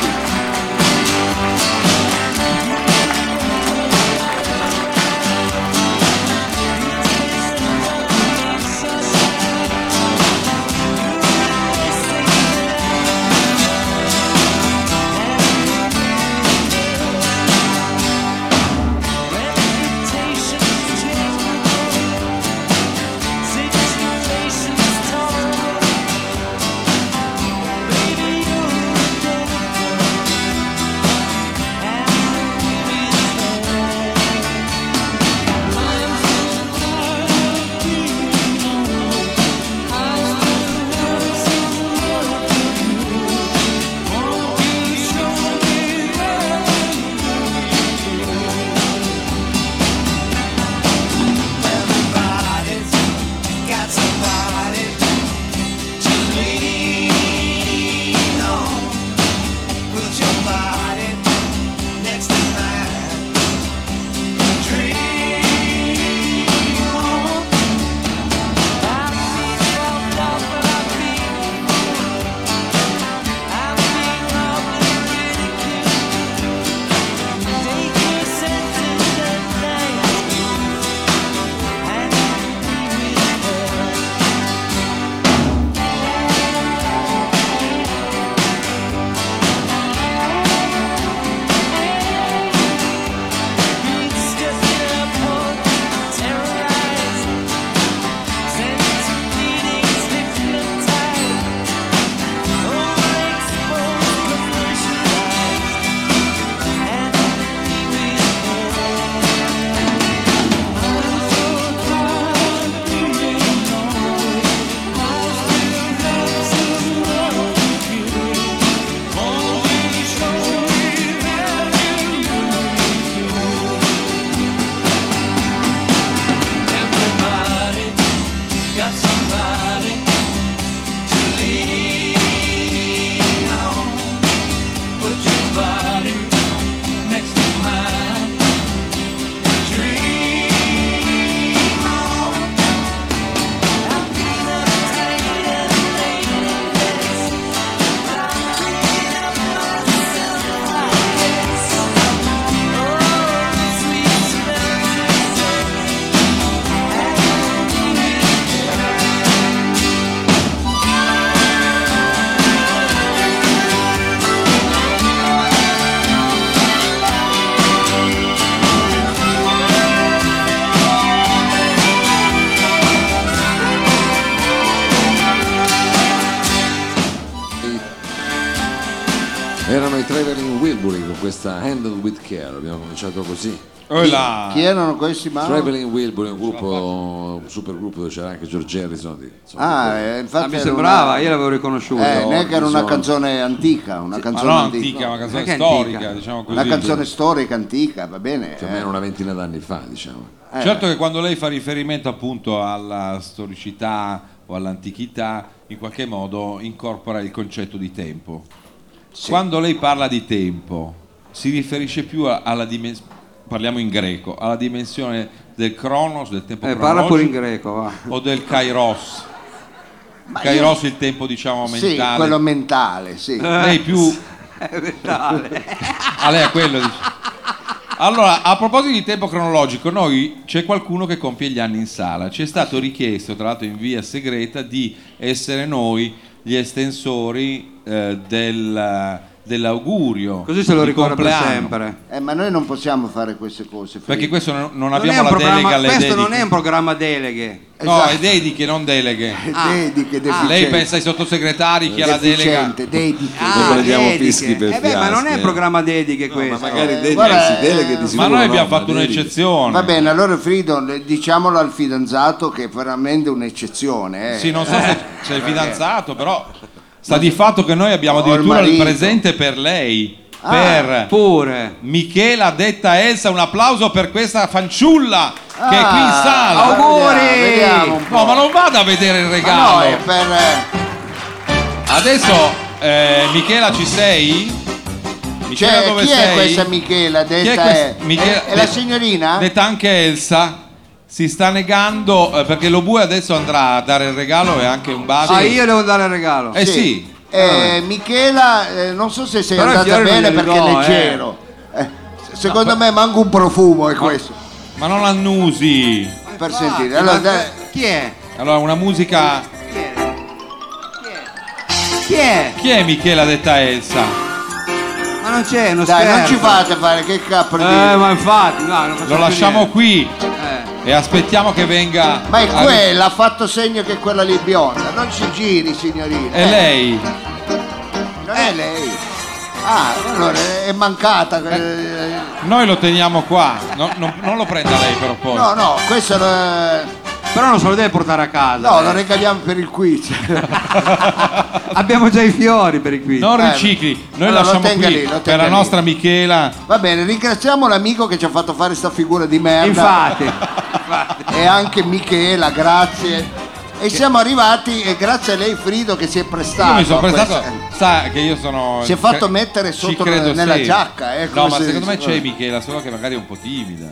Erano i Traveling Wilbury con questa Handled with Care, abbiamo cominciato così. Chi erano questi? Traveling Wilbury, un gruppo, un super gruppo dove c'era anche George Harrison. Infatti Mi era sembrava, io l'avevo riconosciuto. non è che era una canzone antica, una Ma canzone non antica. antica, una canzone Perché storica, antica? diciamo così. Una canzone storica antica, va bene. Più o meno una ventina d'anni fa, diciamo. Certo che quando lei fa riferimento appunto alla storicità o all'antichità, in qualche modo incorpora il concetto di tempo. Sì. Quando lei parla di tempo, si riferisce più alla dimensione, parliamo in greco, ha la dimensione del Cronos, del tempo Parla pure in cronologico, greco, va. o del Kairos? Ma Kairos il tempo, diciamo, Sì, mentale. quello mentale, sì. Lei più... È mentale. A lei a quello dice. Allora, a proposito di tempo cronologico, noi c'è qualcuno che compie gli anni in sala. Ci è stato richiesto, tra l'altro in via segreta, di essere noi gli estensori dell'augurio. Così se lo di ricorda per compleanno. sempre. Ma noi non possiamo fare queste cose. Perché questo non Non abbiamo è un la delega alle questo dediche. non è un programma deleghe. No, Esatto. è dediche, non deleghe. Dediche, deficiente. Lei pensa ai sottosegretari, chi ha la delega. Deficiente, dediche. Non prendiamo dediche. fischi per beh, ma non è fiaschi, un programma dediche questo. Ma magari deleghe, guarda, si deleghe di Ma sicuro noi no, abbiamo ma fatto deleghe. un'eccezione. Va bene, allora Frido, diciamolo al fidanzato che è veramente un'eccezione. Sì, non so se c'è il fidanzato, però sta di fatto che noi abbiamo Ho il addirittura il marito. presente per lei. Per Pure. Michela detta Elsa, un applauso per questa fanciulla che è qui in sala. Auguri! Vediamo un po'. No, ma non vada a vedere il Ma no, regalo. è per... Adesso Michela, ci sei? Michela, dove chi sei? è questa Michela? Chi è Detta questa- Michela- è la signorina? Detta anche Elsa. Si sta negando perché lo bue adesso andrà a dare il regalo e anche un bacio. Ah, io devo dare il regalo. Sì. Michela, non so se sei Però i andata fiori bene non glieli perché è do, leggero. Secondo me manca un profumo, è questo. Ma non annusi. Per Infatti, sentire. Allora, ma chi è? Allora, una musica. Chi è? Chi è? Chi è Michela detta Elsa? Ma non c'è, non dai, non scherzo. ci fate fare che capri. Ma infatti, no, non facciamo Lo lasciamo più qui niente. e aspettiamo che venga. Ma è quella, ha fatto segno che è quella lì bionda. Non ci giri, signorina. E lei? Non è lei. Ah, allora è mancata. Noi lo teniamo qua. Non lo prenda lei però poi. No, questo Però non se lo deve portare a casa. no, lo regaliamo per il quiz. Abbiamo già i fiori per i quiz. Non ricicli. Noi allora lo lasciamo tenga qui lì, lo per tenga la lì. nostra Michela. Va bene, ringraziamo l'amico che ci ha fatto fare sta figura di merda. Infatti. E anche Michela, grazie. E siamo arrivati, e grazie a lei Frido che si è prestato. Io mi sono a prestato. questa- Sa che io sono. Si è fatto mettere Ci sotto credo, nella sì. giacca. No, come ma se- secondo me c'è Michela, solo che magari è un po' timida.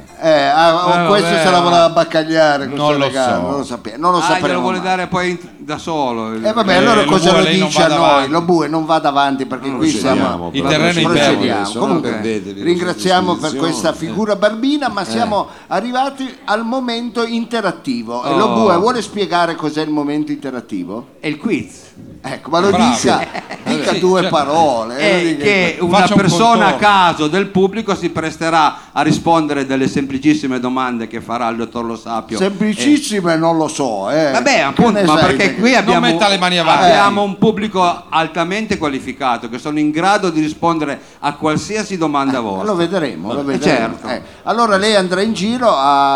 questo vabbè, se la voleva baccagliare. questo Non lo regalo, so. Non lo sapeva. Non lo Glielo sapremo vuole mai. dare poi da solo. Vabbè, allora lo cosa bue, lo lei non dice va a noi? davanti. Lo bue non va davanti perché qui siamo. Il terreno è impervio. Procediamo. Sono Comunque perdetevi, ringraziamo non per c'è questa disposizione. figura barbina, ma siamo arrivati al momento interattivo. E Oh. lo bue vuole spiegare cos'è il momento interattivo? È il quiz. Ecco, ma lo Bravo. dica Sì, due certo. parole. È non dica- che una Faccia un persona a contorno. caso del pubblico si presterà a rispondere delle semplicissime domande che farà il dottor Lo Sapio. Semplicissime non lo so. Vabbè, Che appunto, ne ma sai perché te? qui abbiamo, metta le mani avanti. abbiamo un pubblico altamente qualificato che sono in grado di rispondere a qualsiasi domanda vostra. Lo vedremo, lo vedremo. certo. Allora lei andrà in giro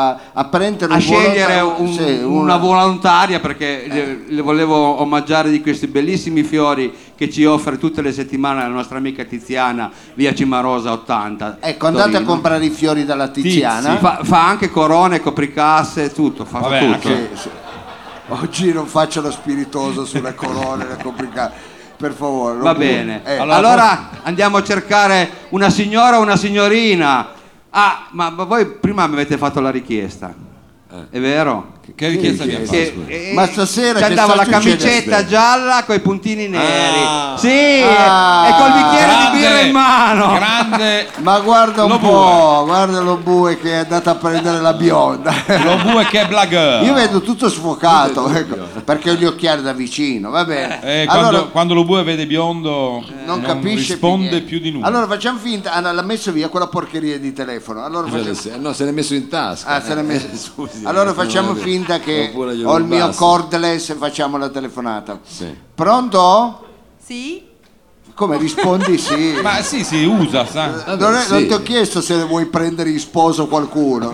a prendere A un scegliere volontario- sì, una volontaria perché le volevo omaggiare di questi bellissimi fiori che ci offre tutte le settimane la nostra amica Tiziana, via Cimarosa 80. Ecco, andate a Torino. comprare i fiori dalla Tiziana. Fa anche corone, copricasse, tutto, fa Vabbè, tutto. anche- Sì. Oggi non faccio lo spiritoso sulle corone, le complicate. Per favore. lo Va pure. bene. Allora, Allora andiamo a cercare una signora o una signorina. Ah, ma voi prima mi avete fatto la richiesta. È vero? Che richiesta abbiamo fatto? Ma stasera ci che andava sta la camicetta succedendo? gialla con i puntini neri. Ah. Sì, Ah. e col bicchiere di birra in mano. Grande. Ma guarda un Lo po', guarda lo bue che è andato a prendere la bionda. Lo bue che è blagueur. Io vedo tutto sfuocato, ecco, perché ho gli occhiali da vicino, va bene. Quando lo bue vede biondo non capisce risponde niente. più di nulla. Allora facciamo finta, l'ha messo via quella porcheria di telefono. Allora No, se l'è messo in tasca. se l'è messo- Scusi, allora facciamo non è- finta che oppure glielo ho il mio rubasse. cordless e facciamo la telefonata. Sì. Pronto? Sì? Come rispondi sì? Ma sì, si usa, sa. Non Sì. ti ho chiesto se vuoi prendere in sposo qualcuno.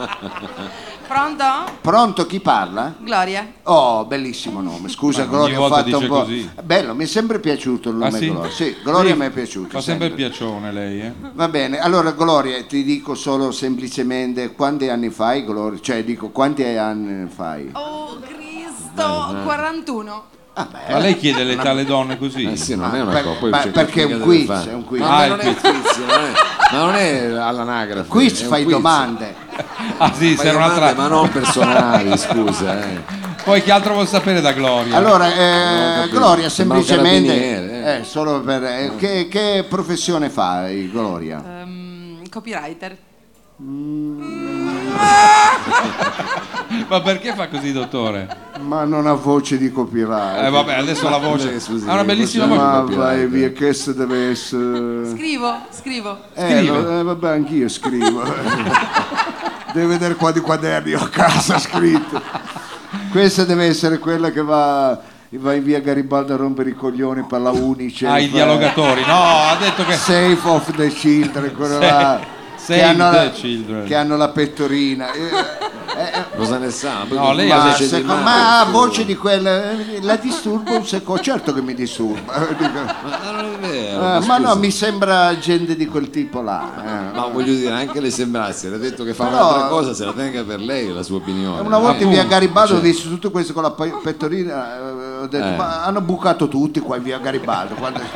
Pronto? Pronto, chi parla? Gloria. Oh, bellissimo nome. Scusa, Ma Gloria, ogni ho volta fatto un dice po'. così. Bello, mi è sempre piaciuto il nome Ah, sì? Gloria. Sì, Gloria Lei mi è piaciuto. Fa sempre il piacione lei, eh? Va bene, allora Gloria, ti dico solo semplicemente quanti anni fai, Gloria? Cioè, dico quanti anni fai? Oh Cristo, 41. Ma lei chiede l'età alle donne così? Eh sì, non è una Per- cosa. Poi ma c'è perché è che un deve quiz, fare. è un quiz. No, ma Ah, non il è un quiz, non è. Ma non è all'anagrafe. Quiz, è un fai quiz. domande. Ah sì, Fai se era domande, un'altra. ma non personali, scusa. Poi che altro vuol sapere da Gloria? Allora, capito. Gloria Sembra un semplicemente, carabiniere, solo per che professione fai, Gloria? Copywriter. Ma perché fa così, dottore? Ma non ha voce di copyright. Vabbè, adesso la voce. Scusi, Ha una bellissima voce- voce. Ma copyright. vai via, che se deve essere... Scrivo. Scrive. Vabbè, anch'io scrivo. Devi vedere quanti quaderni ho a casa scritti. Questa deve essere quella che va in via Garibaldi a rompere i coglioni per la Unicef. Ah, i dialogatori. No, ha detto che. Save of the Children, quello Save- là, Save the Children. che hanno la pettorina. Cosa ne sa? No, lei Ma, ha detto- ma a voce di quella la disturbo un secondo, certo che mi disturba. Ma non è vero. Ma no, scusi. mi sembra gente di quel tipo là. Ma voglio dire, anche le sembrasse, le ha detto che fa Però- un'altra cosa, se la tenga per lei la sua opinione. Una volta in via Appunto, Garibaldi ho cioè, visto tutto questo con la pettorina, ho detto, ma hanno bucato tutti qua in via Garibaldi,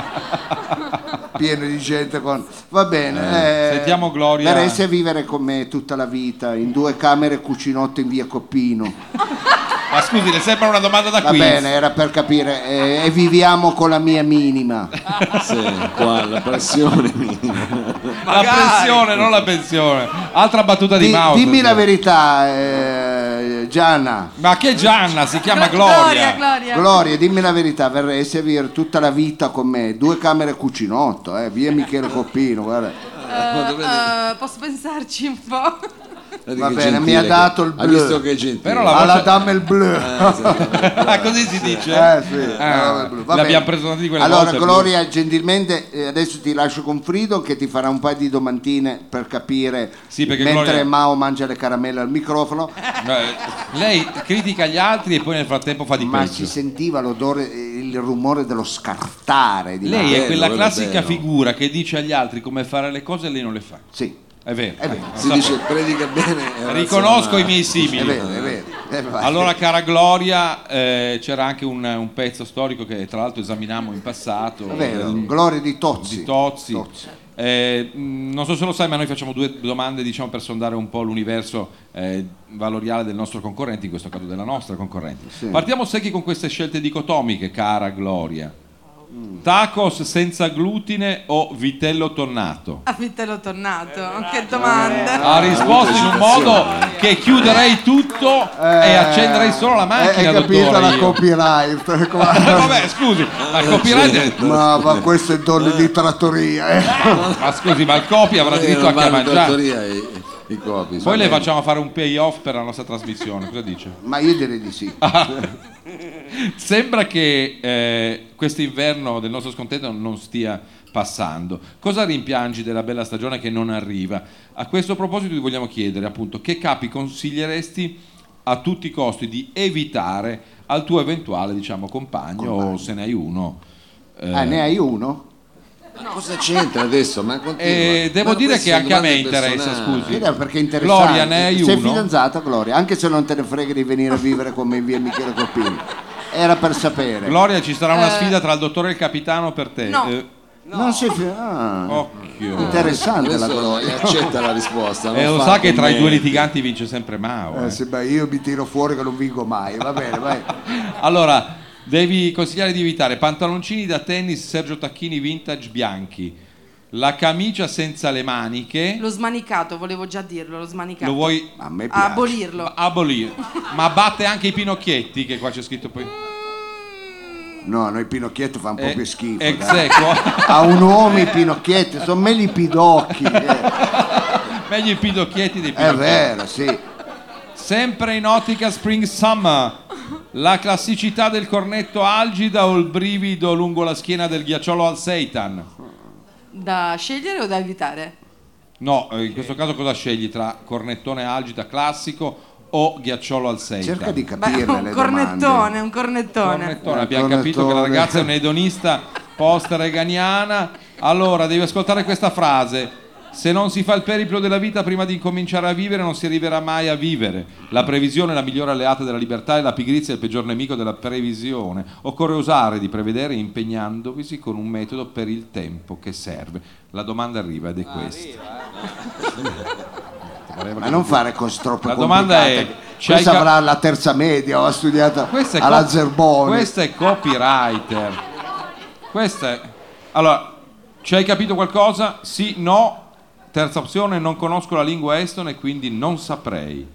pieno di gente con... Va bene, Sentiamo Gloria. Verresti a vivere con me tutta la vita, in 2 camere cucinotto in via Coppino. Ma scusi, le sembra una domanda da Va quiz? bene, era per capire, e viviamo con la mia minima. Sì, qua la pressione minima. La pressione, non la pensione. Altra battuta di Mauser. Dimmi la verità, Gianna. Ma che Gianna? Si chiama Gloria. Gloria. Gloria, dimmi la verità, verresti a vivere tutta la vita con me, 2 camere cucinotto, via Michele Coppino, guarda. Posso pensarci un po'? Va bene, mi ha dato il Ha blu. visto che è gentile. Però la Alla voce- dame il blu. Ah, così si dice? Sì, Ah, il blu. Va l'abbiamo bene. preso di quella Allora, volta, Gloria, gentilmente, adesso ti lascio con Frido che ti farà un paio di domandine per capire, Sì, perché mentre Gloria- Mao mangia le caramelle al microfono. Lei critica gli altri e poi nel frattempo fa di Ma peggio. si sentiva l'odore, il rumore dello scartare di Lei Mao. è quella quello è classica bello. figura che dice agli altri come fare le cose e lei non le fa. Sì, È vero. È vero. Non Si so dice perché. predica bene. e Riconosco razzona i miei è simili. vero, è vero. Vai. Allora, cara Gloria, c'era anche un pezzo storico che tra l'altro esaminammo in passato. È vero, Gloria di Tozzi. Di Tozzi. Non so se lo sai, ma noi facciamo 2 domande, diciamo, per sondare un po' l'universo valoriale del nostro concorrente, in questo caso della nostra concorrente. Sì. Partiamo secchi con queste scelte dicotomiche, cara Gloria. Tacos senza glutine o vitello tonnato? A vitello tornato. Che domanda. Ha risposto in un modo che chiuderei tutto e accenderei solo la macchina, Hai capito dottore, la io. copyright? Vabbè, scusi, la copyright. ma questo è donne di trattoria. Ma scusi, ma il copy avrà diritto non anche a vanno in mangiare. trattoria i copi. Poi le facciamo fare un payoff per la nostra trasmissione, cosa dice? Ma io direi di sì. Sembra che quest'inverno del nostro scontento non stia passando. Cosa rimpiangi della bella stagione che non arriva? A questo proposito ti vogliamo chiedere appunto che capi consiglieresti a tutti i costi di evitare al tuo eventuale, diciamo, compagno, o se ne hai uno. Ne hai uno? Ma cosa c'entra adesso? Ma continua. Devo Ma dire queste che sono anche a me domande interessa, personali. scusi. Perché è interessante. Gloria, ne hai Sei uno? fidanzata, Gloria? Anche se non te ne frega di venire a vivere con me in via Michele Coppini. Era per sapere. Gloria, ci sarà una sfida tra il dottore e il capitano per te. No. Non sei Occhio. interessante la Adesso Gloria. accetta la risposta. non Lo fa sa che tra i 2 commenti. litiganti vince sempre Mao. Sì, beh, io mi tiro fuori che non vinco mai. Va bene, vai. Allora, devi consigliare di evitare pantaloncini da tennis Sergio Tacchini vintage bianchi, la camicia senza le maniche. Lo smanicato, volevo già dirlo, lo smanicato. Lo vuoi A me piace. Abolirlo. abolire? Ma batte anche i pinocchietti, che qua c'è scritto poi. No, noi Pinocchietti fa un po' più schifo. dai. Exequo. A un uomo i Pinocchietti, sono meglio i pidocchi. Meglio i pinocchietti dei È pinocchietti. vero, sì. Sempre in ottica Spring Summer, la classicità del cornetto algida o il brivido lungo la schiena del ghiacciolo al seitan? Da scegliere o da evitare? No, in questo caso cosa scegli tra cornettone algida classico o ghiacciolo al seitan? Cerca di Beh, capirle un le cornettone, domande. un cornettone. Cornettone, abbiamo capito che la cornettone. ragazza è un'edonista post-reganiana. Allora, devi ascoltare questa frase. Se non si fa il periplo della vita prima di incominciare a vivere, non si arriverà mai a vivere. La previsione è la migliore alleata della libertà e la pigrizia è il peggior nemico della previsione. Occorre osare di prevedere impegnandovisi con un metodo per il tempo che serve. La domanda arriva ed è questa. Ma non fare cose troppo La complicate. domanda è: Questa avrà la terza media, ho studiato alla Zerboni. Questa è copywriter. Allora, ci hai capito qualcosa? Sì, no. Terza opzione: non conosco la lingua estone e quindi non saprei.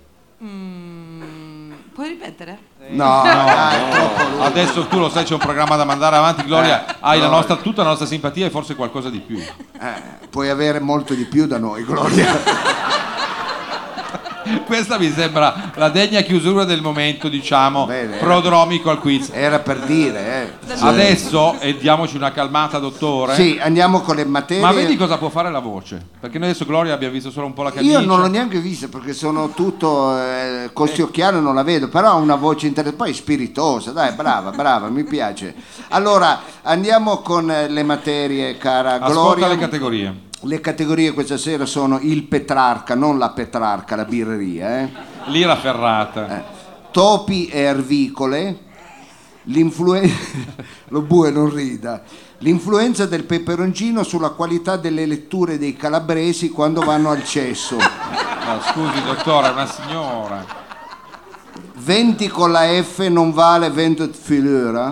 Puoi ripetere? No, è troppo lungo. Adesso tu lo sai, c'è un programma da mandare avanti, Gloria. Hai tutta la nostra simpatia e forse qualcosa di più. Puoi avere molto di più da noi, Gloria. Questa mi sembra la degna chiusura del momento, diciamo, Bene. prodromico al quiz. Era per dire, Adesso, e diamoci una calmata, dottore. Sì, andiamo con le materie. Ma vedi cosa può fare la voce? Perché noi adesso, Gloria, abbiamo visto solo un po' la camicia. Io non l'ho neanche vista perché sono tutto con sti occhiali, non la vedo, però ha una voce interessante, poi spiritosa, dai, brava, mi piace. Allora, andiamo con le materie, cara Ascolta Gloria. le categorie. Le categorie questa sera sono il Petrarca, non la Petrarca, la birreria, Lira ferrata. topi e arvicole, lo bue non rida, l'influenza del peperoncino sulla qualità delle letture dei calabresi quando vanno al cesso. No, scusi, dottore, è una signora. 20 con la F non vale 20 filura.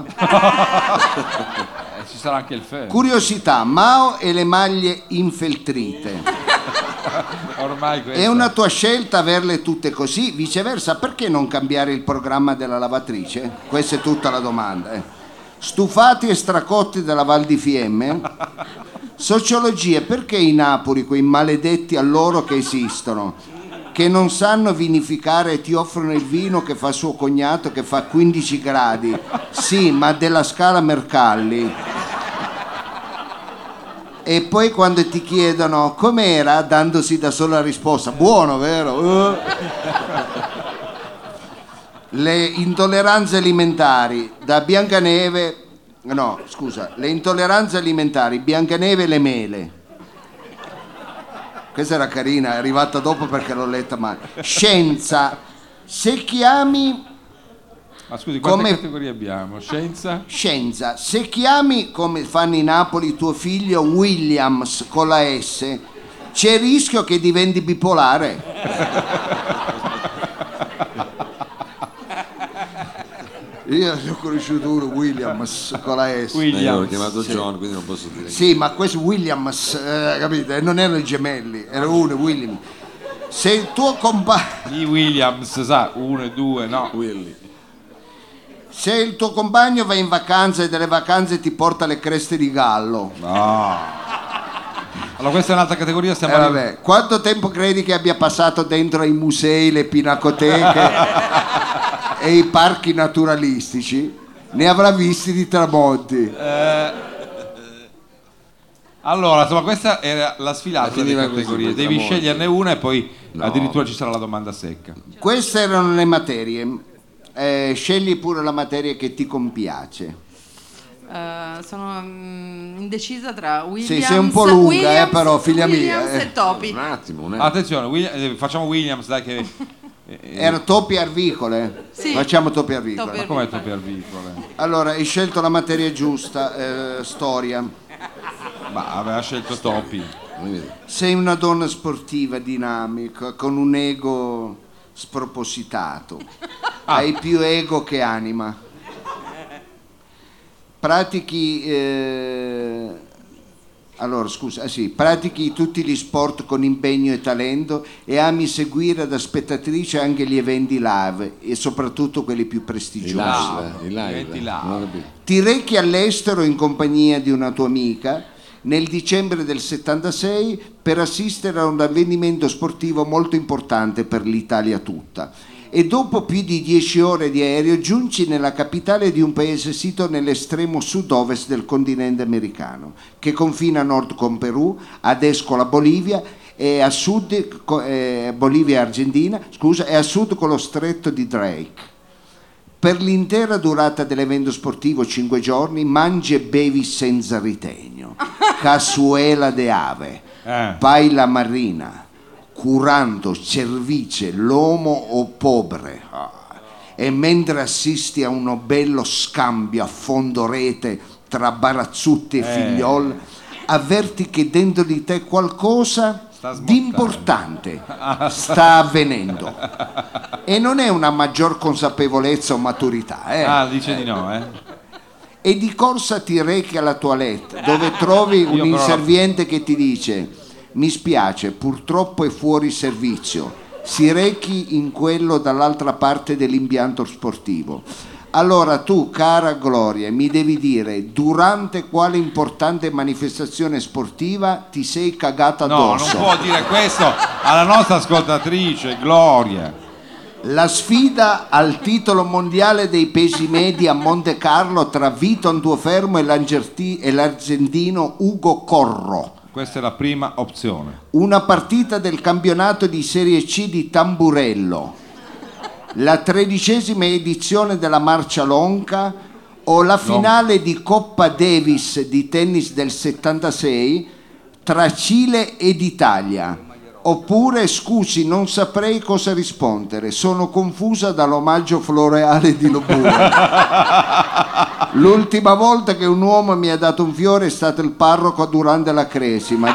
Ci sarà anche il fe. Curiosità, Mao e le maglie infeltrite. Ormai questa. È una tua scelta averle tutte così, viceversa perché non cambiare il programma della lavatrice? Questa è tutta la domanda. Stufati e stracotti della Val di Fiemme? Sociologia, perché i Napoli, quei maledetti a loro che esistono, che non sanno vinificare e ti offrono il vino che fa suo cognato che fa 15 gradi, sì, ma della Scala Mercalli. E poi quando ti chiedono com'era, dandosi da sola la risposta, buono, vero? Le intolleranze alimentari da Biancaneve, no, scusa, le intolleranze alimentari, Biancaneve e le mele. Questa era carina, è arrivata dopo perché l'ho letta male. Scienza, se chiami... Ma scusi, quante come- categorie abbiamo? Scienza? Scienza, se chiami come fanno in Napoli tuo figlio Williams con la S, c'è il rischio che diventi bipolare. Io ho conosciuto uno Williams con la S. Io l'ho chiamato John, quindi non posso dire. Sì, ma questo Williams, capite? Non erano i gemelli, era uno William. Se il tuo compagno Gli Williams, sa, 1 e 2, no. Willy. Se il tuo compagno va in vacanza e delle vacanze ti porta le creste di gallo. No. Allora questa è un'altra categoria, stiamo arrivando. Vabbè, quanto tempo credi che abbia passato dentro ai musei, le pinacoteche e i parchi naturalistici? Ne avrà visti di tramonti. Allora, insomma, questa era la sfilata delle finiva così, categorie. quei Devi tramonti. sceglierne una e poi No. addirittura ci sarà la domanda secca. Queste erano le materie. Scegli pure la materia che ti compiace. Sono indecisa tra Williams. Sì, sei un po' lunga, Williams, però, figlia mia, Williams e Topi. Un attimo. Attenzione, facciamo Williams, dai che... Era topi arvicole? Sì. Facciamo topi arvicole. Topi Ma com'è tu per vicole? Allora, hai scelto la materia giusta, storia. Ma aveva scelto Topi. Sei una donna sportiva, dinamica, con un ego spropositato. Hai più ego che anima. Pratichi pratichi tutti gli sport con impegno e talento e ami seguire da spettatrice anche gli eventi live e soprattutto quelli più prestigiosi. Diventi là. Non ho capito. Ti rechi all'estero in compagnia di una tua amica nel dicembre del 76 per assistere a un avvenimento sportivo molto importante per l'Italia tutta. E dopo più di 10 ore di aereo giungi nella capitale di un paese sito nell'estremo sud-ovest del continente americano, che confina a nord con Perù, ad est con la Bolivia e a sud Bolivia e Argentina, e a sud con lo stretto di Drake. Per l'intera durata dell'evento sportivo, 5 giorni, mangi e bevi senza ritegno. Cazuela de ave, fai la marina, curando cervice l'uomo o pobre, e mentre assisti a uno bello scambio a fondo rete tra Barazzutti e Figliol, avverti che dentro di te qualcosa di importante sta avvenendo, e non è una maggior consapevolezza o maturità, dice di no, E di corsa ti rechi alla toilette, dove trovi un inserviente che ti dice: mi spiace, purtroppo è fuori servizio, si rechi in quello dall'altra parte dell'impianto sportivo. Allora tu, cara Gloria, mi devi dire durante quale importante manifestazione sportiva ti sei cagata addosso. No, non può dire questo alla nostra ascoltatrice Gloria. La sfida al titolo mondiale dei pesi medi a Monte Carlo tra Vito Antuofermo e l'argentino Ugo Corro. Questa è la prima opzione. Una partita del campionato di Serie C di Tamburello, la 13ª edizione della Marcia Lonca o la finale di Coppa Davis di tennis del 76 tra Cile ed Italia. Oppure, scusi, non saprei cosa rispondere, sono confusa dall'omaggio floreale di Lobue. L'ultima volta che un uomo mi ha dato un fiore è stato il parroco durante la cresima,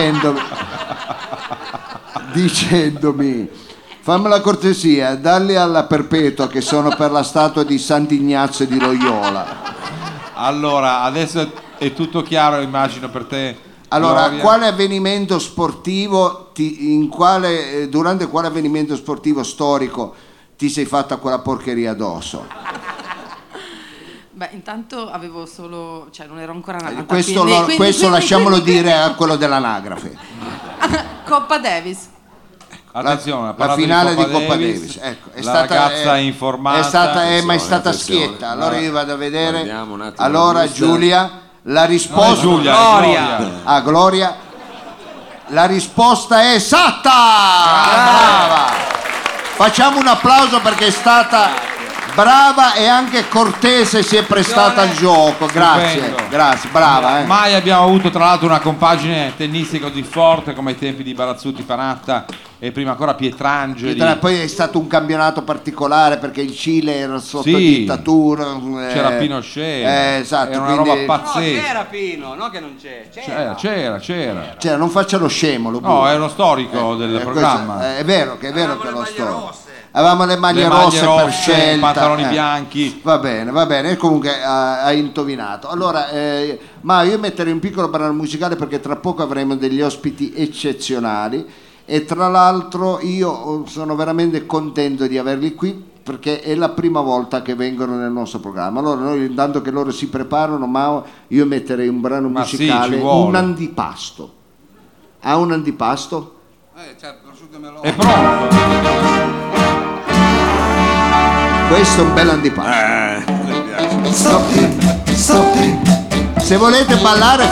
dicendomi: fammi la cortesia, dalli alla Perpetua che sono per la statua di Sant'Ignazio di Loyola. Allora, adesso è tutto chiaro, immagino, per te. Allora, Gloria. quale avvenimento sportivo durante quale avvenimento sportivo storico ti sei fatta quella porcheria addosso? Beh, intanto avevo solo, cioè non ero ancora nata. Questo lasciamolo dire a quello dell'anagrafe. Coppa Davis. Attenzione, la finale di Coppa Davis, ecco, è la stata, ragazza informata, ma è stata attenzione. schietta. Allora io vado a vedere. Guardiamo un attimo Allora la lista. Giulia, la risposta. Gloria. Gloria. La risposta è esatta. Brava. Facciamo un applauso perché è stata brava e anche cortese, si è prestata al gioco. Grazie, Stupendo. grazie, brava. Mai abbiamo avuto tra l'altro una compagine tennistica così forte come ai tempi di Barazzutti, Panatta e prima ancora Pietrangeli. Poi è stato un campionato particolare perché il Cile era sotto Sì. dittatura. C'era Pinochet, esatto, era una quindi- roba No, pazzesca. c'era Pino, no che non c'è. C'era. Cioè, non faccia lo scemo, lo No, è uno storico del questo- programma. è vero che è Avevamo lo le sto. maglie rosse. Avevamo le maglie rosse per i scelta. pantaloni bianchi. Va bene, e comunque hai indovinato. Allora, ma io metterei un piccolo brano musicale perché tra poco avremo degli ospiti eccezionali e tra l'altro io sono veramente contento di averli qui perché è la prima volta che vengono nel nostro programma. Allora noi intanto che loro si preparano, ma io metterei un brano Ma sì, musicale, ci vuole. un antipasto. Ha un antipasto? Certo, prosciutto e melone. È pronto. Questo è un bel antipasto. Mi piace. Se volete ballare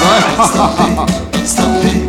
fatelo,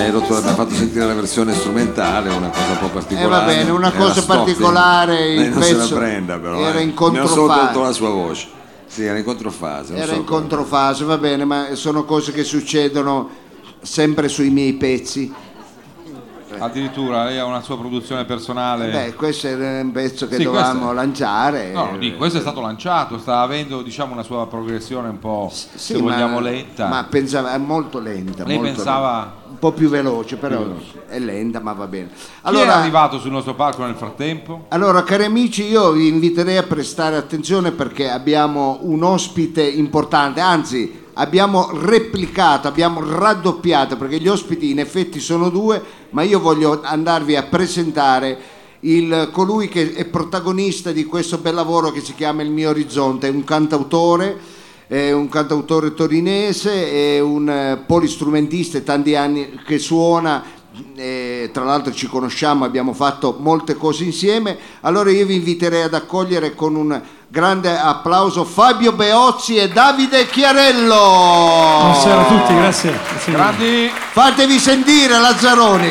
hai rotto, abbiamo fatto sentire la versione strumentale, una cosa un po' particolare. Va bene, una Era cosa Stopping. particolare, il Non se la pezzo prenda però. era in Mi ho solo controfase. tolto la sua voce. Sì, era in controfase. non Era so in come. controfase, va bene, ma sono cose che succedono sempre sui miei pezzi. Addirittura lei ha una sua produzione personale. Beh, questo è un pezzo che Sì, dovevamo questo è- lanciare. No, dico, questo è stato lanciato, sta avendo diciamo una sua progressione un po', Sì, se vogliamo, lenta. Ma pensava, è molto lenta. Lei molto pensava- lenta. Un po' più veloce, però è lenta, ma va bene. Chi è Allora, arrivato sul nostro palco nel frattempo? cari amici, io vi inviterei a prestare attenzione perché abbiamo un ospite importante, anzi abbiamo replicato, abbiamo raddoppiato, perché gli ospiti in effetti sono due, ma io voglio andarvi a presentare colui che è protagonista di questo bel lavoro che si chiama Il mio orizzonte. È un cantautore torinese, è un polistrumentista, è tanti anni che suona. Tra l'altro ci conosciamo, abbiamo fatto molte cose insieme. Allora io vi inviterei ad accogliere con un grande applauso Fabio Beozzi e Davide Chiarello. Buonasera a tutti, grazie. Grandi, Fatevi sentire, Lazzaroni.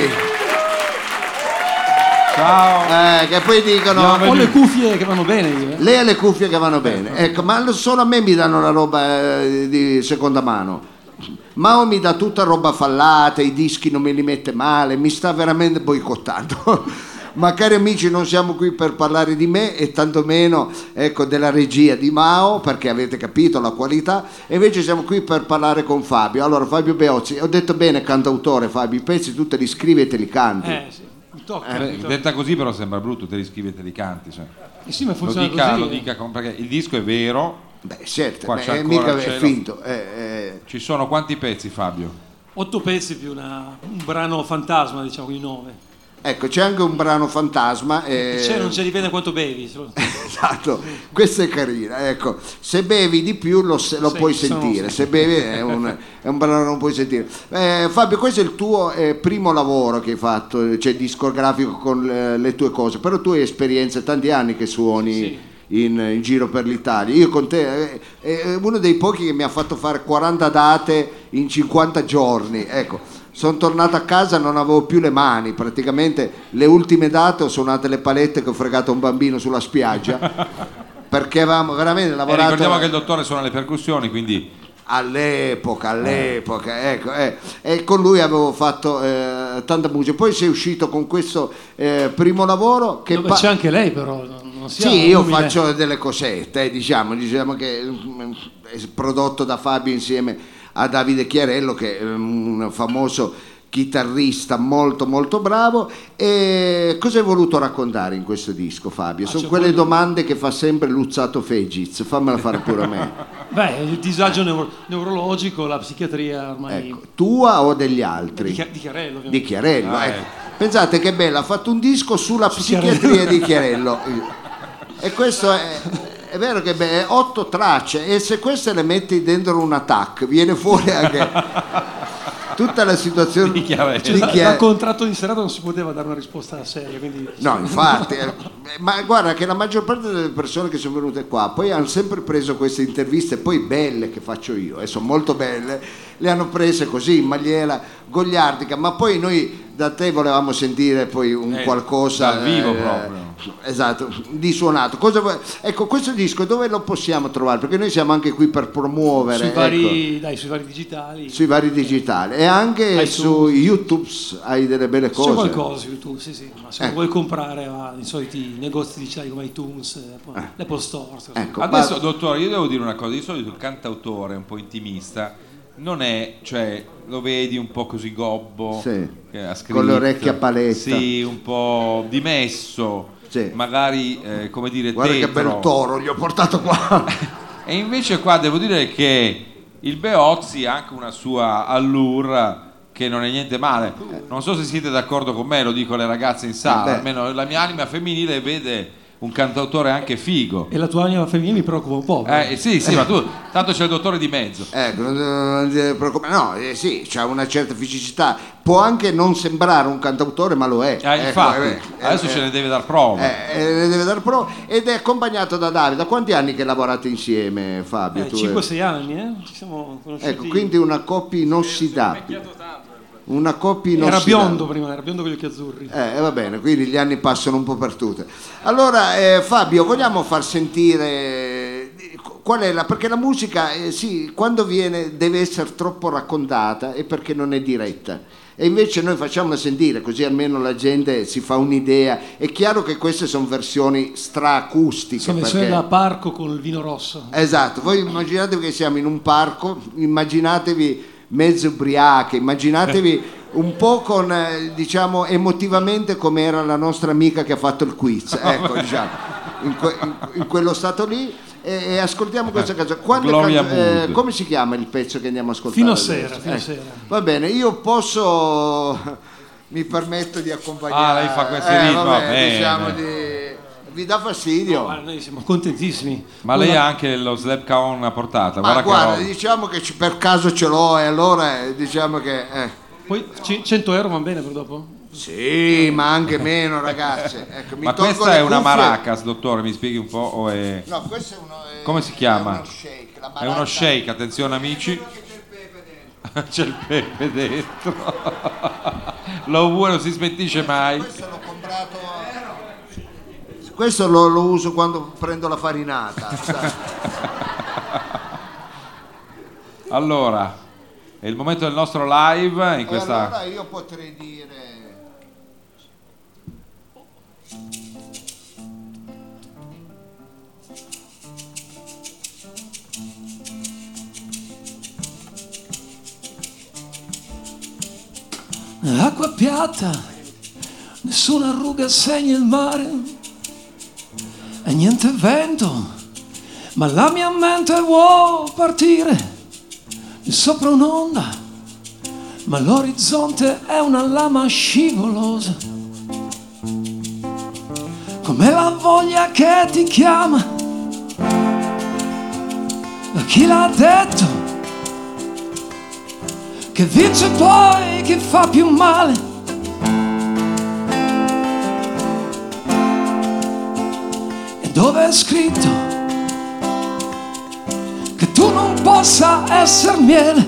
ciao. Che poi dicono Ho le cuffie che vanno bene io. lei ha le cuffie che vanno bene, ecco, ma solo a me mi danno la roba di seconda mano. Mao mi dà tutta roba fallata, i dischi non me li mette male, mi sta veramente boicottando. Ma cari amici, non siamo qui per parlare di me e tantomeno, ecco, della regia di Mao, perché avete capito la qualità, e invece siamo qui per parlare con Fabio. Allora, Fabio Beozzi, ho detto bene cantautore Fabio, i pezzi tu te li scrivi e te li canti. Sì, mi tocca. Beh, detta così però sembra brutto, te li scrivi e te li canti. Cioè. Sì, ma Lo funziona dica, così. lo dica perché il disco è vero. Beh, certo, Qua c'è mica ancora il è cielo. finto. Ci sono quanti pezzi, Fabio? 8 pezzi più un brano fantasma, diciamo, quindi 9. Ecco, c'è anche un brano fantasma. C'è, non c'è, dipende quanto bevi. Esatto, questa è carina, ecco, se bevi di più lo puoi sono- sentire, se bevi è un brano che non puoi sentire. Fabio, questo è il tuo primo lavoro che hai fatto, cioè discografico con le tue cose, però tu hai esperienza, tanti anni che suoni Sì. in giro per l'Italia. Io con te è uno dei pochi che mi ha fatto fare 40 date in 50 giorni, ecco. Sono tornato a casa, non avevo più le mani, praticamente le ultime date ho suonato le palette che ho fregato a un bambino sulla spiaggia perché avevamo veramente lavorato. Ricordiamo che il dottore suona le percussioni, quindi All'epoca, ecco, e con lui avevo fatto tanta musica. Poi sei uscito con questo primo lavoro che Dove c'è anche lei però, non sia sì, io umile. faccio delle cosette, diciamo che è prodotto da Fabio insieme a Davide Chiarello, che è un famoso chitarrista molto molto bravo. E cosa hai voluto raccontare in questo disco, Fabio? Sono c'è quelle quello- domande che fa sempre Luzzato Fegiz, fammela fare pure a me. Beh, il disagio neurologico, la psichiatria ormai Ecco, tua o degli altri? di Chiarello. Di Chiarello, Ah, ecco. Pensate che bello, ha fatto un disco sulla psichiatria di Chiarello. E questo è vero che è 8 tracce, e se queste le metti dentro un attack viene fuori anche tutta la situazione Di Chiarello. di Dal Chiarello. contratto di serata non si poteva dare una risposta seria, quindi No, infatti, ma guarda che la maggior parte delle persone che sono venute qua poi hanno sempre preso queste interviste, poi belle che faccio io, e sono molto belle, le hanno prese così in maniera goliardica, ma poi noi da te volevamo sentire poi un qualcosa dal vivo proprio. Esatto, di suonato. Ecco, questo disco dove lo possiamo trovare? Perché noi siamo anche qui per promuovere, sui ecco, vari digitali. sui vari digitali, e anche iTunes. su YouTube hai delle belle cose. C'è qualcosa su YouTube, sì, ma se Ecco. lo vuoi comprare ai soliti negozi digitali come iTunes, l'Apple Store. Ecco, adesso, dottore, io devo dire una cosa, di solito il cantautore un po' intimista non è, cioè lo vedi un po' così gobbo, Sì. che ha scritto, Con le orecchie a paletta. sì, un po' dimesso, Sì. magari come dire Guarda che tetro. bel toro gli ho portato qua. E invece qua devo dire che il Beozzi ha anche una sua allure che non è niente male. Non so se siete d'accordo con me, lo dico alle ragazze in sala, Beh. almeno la mia anima femminile vede un cantautore anche figo. E la tua anima femminile mi preoccupa un po'. Sì, ma tu tanto c'è il dottore di mezzo. Ecco, non ti preoccupare. No, sì, c'ha una certa fisicità. Può anche non sembrare un cantautore, ma lo è. Ecco, Infatti, adesso ce ne deve dar prova. ne deve dar prova. Ed è accompagnato da Davide. Da quanti anni che lavorate insieme, Fabio? Tu 5-6 anni, ci siamo conosciuti. Ecco, quindi una coppia inossidabile. una coppia Era inossidabile. biondo prima, era biondo con gli occhi azzurri. Va bene, quindi gli anni passano un po' per tutte. Allora, Fabio, vogliamo far sentire qual è perché la musica, sì, quando viene deve essere troppo raccontata e perché non è diretta. E invece noi facciamola sentire, così almeno la gente si fa un'idea. È chiaro che queste sono versioni straacustiche. Sono versioni da parco con il vino rosso. Esatto, voi immaginatevi che siamo in un parco, immaginatevi mezzo ubriache, immaginatevi un po' con, diciamo, emotivamente come era la nostra amica che ha fatto il quiz, ecco, diciamo, in quello stato lì, e ascoltiamo questa canzone. Come si chiama il pezzo che andiamo a ascoltare? Fino a sera, fino a sera. Va bene, io posso, mi permetto di accompagnare. Lei fa questi ritmi, va bene. Diciamo vi dà fastidio? No, noi siamo contentissimi. Ma lei ha anche lo slap caon a portata? Ma guarda, che diciamo che per caso ce l'ho e allora diciamo che... Poi 100 euro va bene per dopo? Sì, ma anche meno, ragazze. Ecco, Ma questa è una maracas, dottore, mi spieghi un po'? O è... No, questo è uno... Come si chiama? È uno shake. È uno shake, attenzione amici. C'è il pepe dentro. Lo vuole, non si smettisce mai. Questo l'ho comprato... Questo lo uso quando prendo la farinata. Allora, è il momento del nostro live in questa... Allora io potrei dire... Acqua piatta, nessuna ruga segna il mare. E niente vento, ma la mia mente vuole partire di sopra un'onda, ma l'orizzonte è una lama scivolosa, come la voglia che ti chiama. Ma chi l'ha detto? Che vince poi chi fa più male. Dove è scritto che tu non possa essere miele?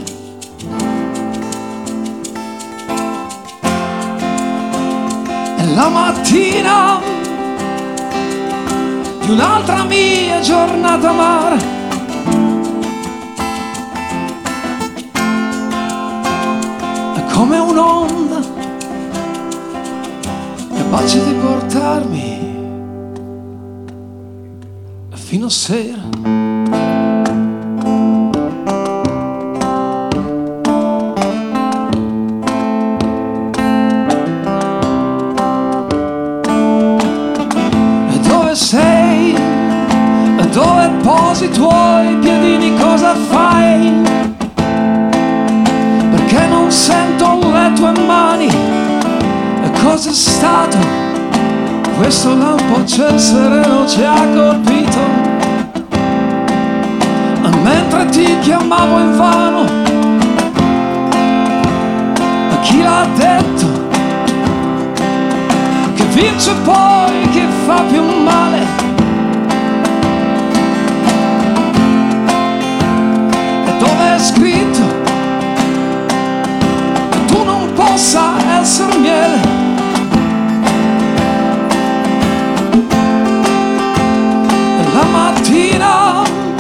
È la mattina di un'altra mia giornata amara. È come un'onda capace di portarmi fino a sera. E dove sei? E dove posi i tuoi piedini? Cosa fai? Perché non sento le tue mani? E cos'è stato? Questo lampo ciel sereno ci ha colpito, ma mentre ti chiamavo invano, a chi l'ha detto che vince poi chi fa più male? E dove è scritto che tu non possa essere miele? La mattina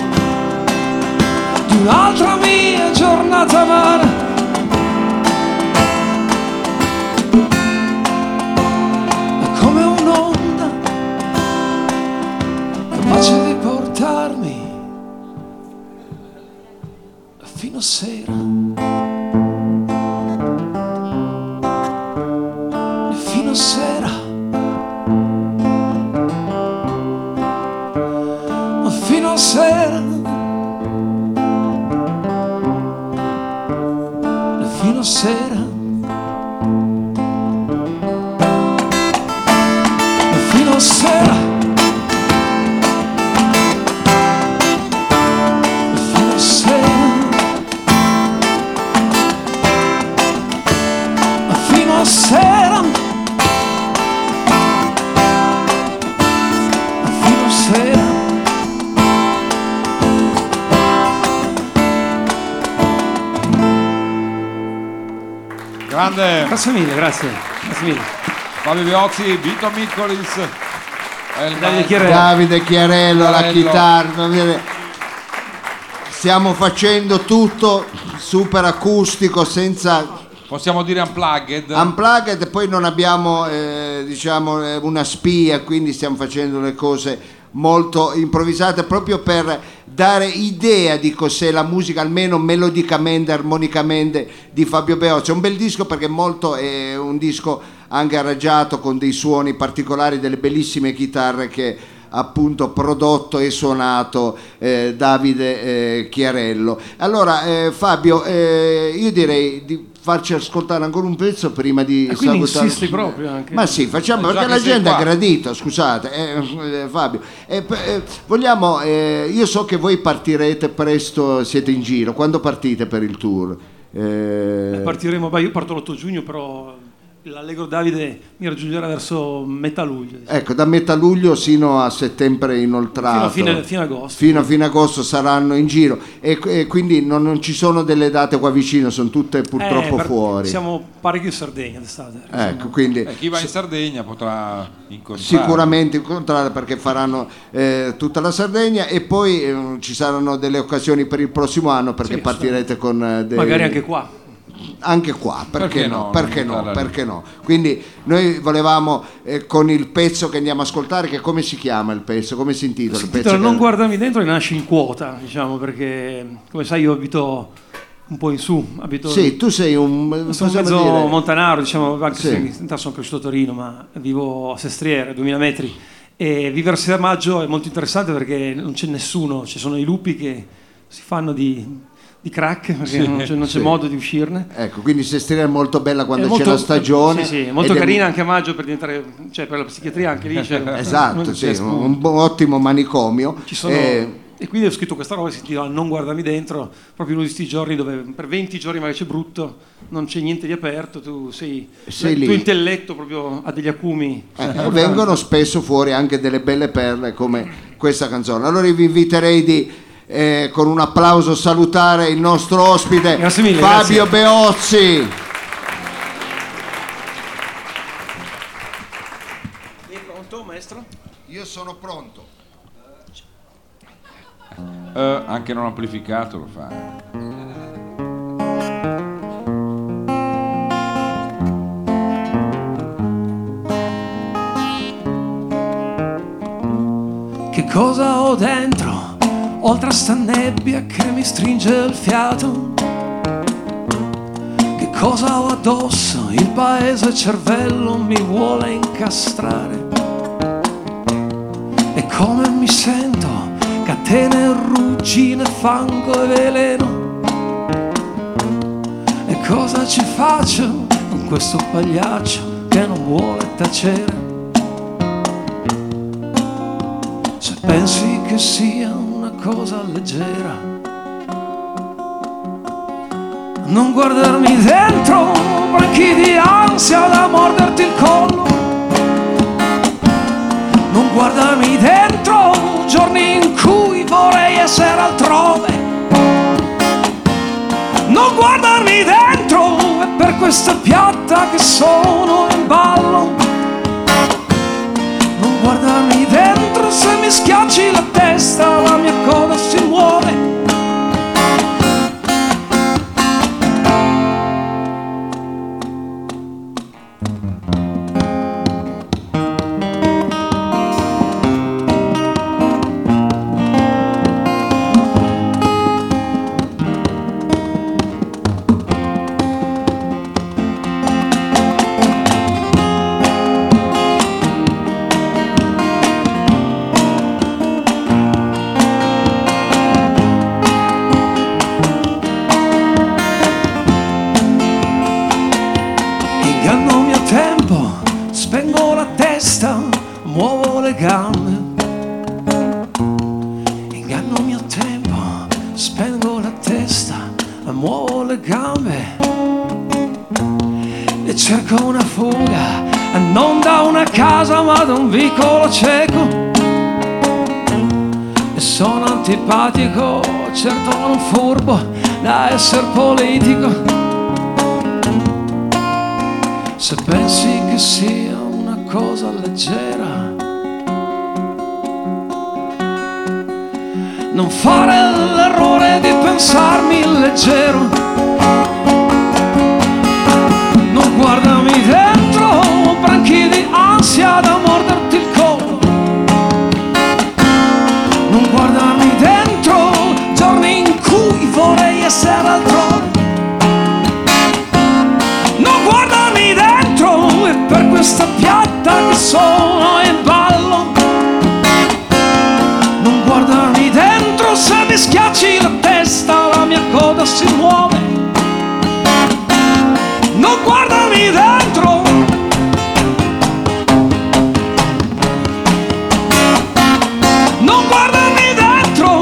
di un'altra mia giornata amara. È come un'onda capace di portarmi fino a sera. E fino a sera. Fino a sera, fino a sera, fino a sera, fino a sera, fino a sera, fino a sera. Grande Grazie mille, grazie mille. Fabio Beozzi, Vito Miccolis, Davide Chiarello alla Chiarello. chitarra. Stiamo facendo tutto super acustico, senza possiamo dire unplugged. unplugged, e poi non abbiamo una spia, quindi stiamo facendo le cose molto improvvisate proprio per dare idea di cos'è la musica, almeno melodicamente, armonicamente, di Fabio Beozzi. È un bel disco perché è un disco anche arrangiato con dei suoni particolari, delle bellissime chitarre che appunto prodotto e suonato Davide Chiarello. Allora Fabio, io direi di farci ascoltare ancora un pezzo prima di Quindi salutare. insisti proprio anche. Ma sì, facciamo, Già perché che la sei gente qua. ha gradito, scusate, Fabio. Vogliamo, io so che voi partirete presto, siete in giro. Quando partite per il tour? Partiremo, io parto l'8 giugno, però l'Allegro Davide mi raggiungerà verso metà luglio. Diciamo. Ecco, da metà luglio sino a settembre inoltrato. Fino a agosto. Fino a fine agosto saranno in giro e quindi non ci sono delle date qua vicino, sono tutte purtroppo fuori. Siamo parecchio in Sardegna d'estate. Ecco, quindi Chi va in Sardegna potrà incontrare. sicuramente incontrare, perché faranno tutta la Sardegna, e poi ci saranno delle occasioni per il prossimo anno, perché Sì, partirete con dei... Magari anche qua. Anche qua, perché no? Perché non no? parlare. Perché no? Quindi noi volevamo con il pezzo che andiamo a ascoltare, che come si chiama il pezzo? Come si intitola il pezzo? Non che- guardarmi dentro e nasce in quota, diciamo, perché come sai io abito un po' in su, Sì, tu sei un sono possiamo mezzo dire- montanaro, diciamo, anche Sì. se in realtà sono cresciuto a Torino, ma vivo a Sestriere, 2000 metri. E viversi a Maggio è molto interessante perché non c'è nessuno, ci sono i lupi che si fanno di crack, perché non c'è sì. modo di uscirne. Ecco, quindi Sestriere è molto bella quando È c'è molto- la stagione. Sì, sì, molto ed è- carina anche a Maggio per diventare, cioè per la psichiatria anche lì. Esatto, non sì, c'è spunto. un ottimo manicomio. Ci sono- E quindi ho scritto questa roba che si intitola Non guardarmi dentro, proprio in uno di questi giorni dove per 20 giorni magari c'è brutto, non c'è niente di aperto, tu sei Sei il lì. tuo intelletto proprio ha degli acumi. E vengono spesso fuori anche delle belle perle come questa canzone. Allora io vi inviterei di con un applauso salutare il nostro ospite Grazie mille, Fabio Beozzi. È pronto, maestro? Io sono pronto. Anche non amplificato lo fa. Che cosa ho dentro, oltre a sta nebbia che mi stringe il fiato? Che cosa ho addosso, il paese cervello mi vuole incastrare. E come mi sento, catene, ruggine, fango e veleno. E cosa ci faccio con questo pagliaccio che non vuole tacere? Se pensi che sia una cosa leggera, non guardarmi dentro, branchi di ansia da morderti il collo. Non guardarmi dentro, giorni in cui vorrei essere altrove. Non guardarmi dentro, è per questa piatta che sono in ballo. Non guardarmi dentro, se mi schiacci la testa la mia coda si muove. Inganno il mio tempo, spengo la testa, muovo le gambe. Inganno il mio tempo, spengo la testa, muovo le gambe. E cerco una fuga, non da una casa ma da un vicolo cieco. E sono antipatico, certo non furbo da essere politico. Se pensi che sia una cosa leggera, non fare l'errore di pensarmi leggero. Non guardami dentro, branchi di ansia da morderti il collo. Non guardarmi dentro, giorni in cui vorrei essere altrove. Non guardarmi dentro, è per questa piatta che sono in ballo. Non guardarmi dentro, se mi schiacci la testa la mia coda si muove. Non guardarmi dentro. Non guardarmi dentro.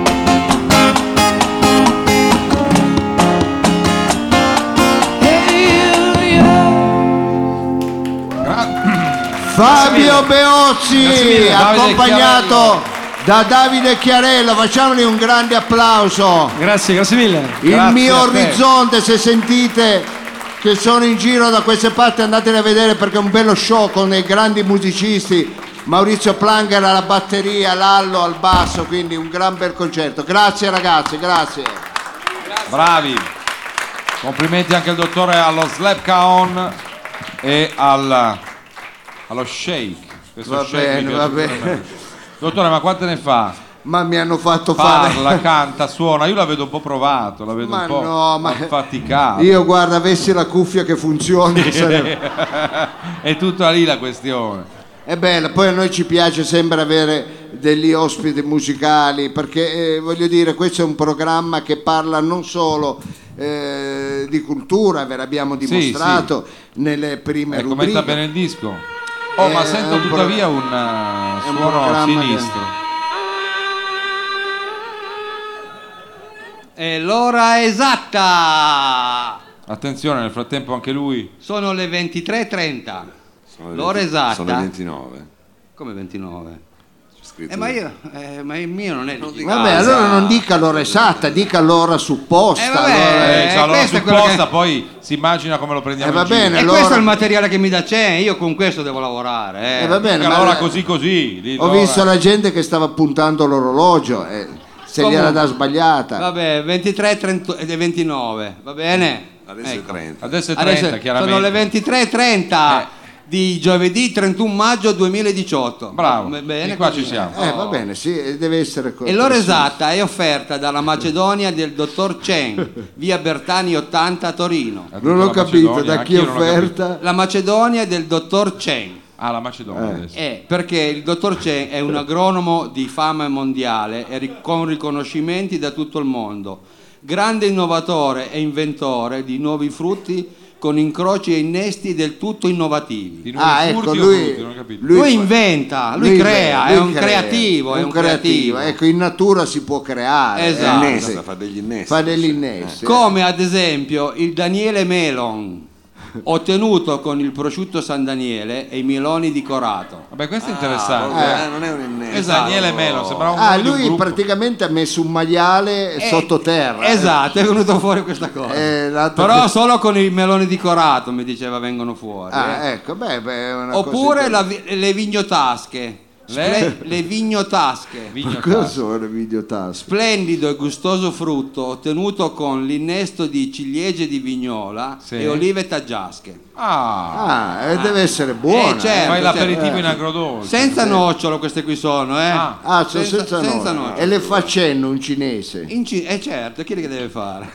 Fabio Beozzi, Grazie mille, Davide accompagnato da Davide Chiarello, facciamogli un grande applauso. Grazie mille. Il Grazie mio a te. orizzonte, se sentite che sono in giro da queste parti andateli a vedere perché è un bello show con dei grandi musicisti, Maurizio Planger alla batteria, Lallo al basso, quindi un gran bel concerto. Grazie ragazzi, grazie. Bravi. Complimenti anche al dottore allo slap count e allo shake. Questo Va shake bene, mi piace va pure a bene. me. Dottore, ma quante ne fa? Ma mi hanno fatto Parla, fare... canta, suona. Io la vedo un po' provato, la vedo Ma un po' no, ma affaticato. io guarda, avessi la cuffia che funziona sarebbe... È tutta lì la questione. È bella, poi a noi ci piace sempre avere degli ospiti musicali perché voglio dire, questo è un programma che parla non solo di cultura, ve l'abbiamo dimostrato nelle prime rubriche. Commenta bene il disco. Oh, ma sento un tuttavia un suono programma sinistro. È l'ora esatta! Attenzione, nel frattempo anche lui. Sono le 23:30. Sono le L'ora 20 esatta. Sono le 29. Come 29? C'è scritto. Ma il mio non è il Vabbè, allora non dica l'ora esatta, dica l'ora supposta. vabbè. Cioè, allora questa è quella supposta, che- poi si immagina come lo prendiamo va in giro. bene. E allora- questo è il materiale che mi dà c'è, io con questo devo lavorare. Va bene, Mica ma l'ora così. Lì ho l'ora- visto la gente che stava puntando l'orologio, se gliela Comunque, dà sbagliata. Vabbè, 23:30 ed è 29, va bene? Adesso è Ecco. 30. Adesso è 30, Adesso chiaramente. sono le 23:30 di giovedì 31 maggio 2018. Bravo, Bene, e qua così. ci siamo. Va bene, sì, deve essere così. E l'ora esatta è offerta dalla Macedonia del dottor Chen, via Bertani 80 a Torino. Non ho La capito Macedonia, da chi anch'io non ho offerta. La Macedonia del dottor Chen. Ah, la Macedonia adesso. È perché il dottor Chen è un agronomo di fama mondiale e con riconoscimenti da tutto il mondo. Grande innovatore e inventore di nuovi frutti con incroci e innesti del tutto innovativi. Di nuovi ecco, furti o lui, frutti, non ho capito. Lui inventa, lui crea, è un creativo, è un creativo. Ecco, in natura si può creare. Esatto. Innesta, fa degli innesti. Fa degli innesti. Come ad esempio il Daniele Melon, ottenuto con il prosciutto San Daniele e i meloni di Corato. Vabbè, questo è interessante. Non è un innesto. Esatto. Daniele Melo, sembrava un nome di un Lui gruppo. praticamente ha messo un maiale sottoterra. Esatto, è venuto fuori questa cosa. l'altro Però che- solo con i meloni di Corato, mi diceva, vengono fuori. Ecco, beh, è una Oppure cosa le vignotasche. Le vignotasche. Vigno Cosa Tasso. sono le videotasche? Splendido e gustoso frutto ottenuto con l'innesto di ciliegie di vignola Sì. e olive taggiasche. Ah, Deve essere buona. certo. fai l'aperitivo in agrodolce. Senza nocciolo queste qui sono, eh? Ah. Sono senza senza nome. nocciolo. E le facendo un cinese. Certo, chi è che deve fare?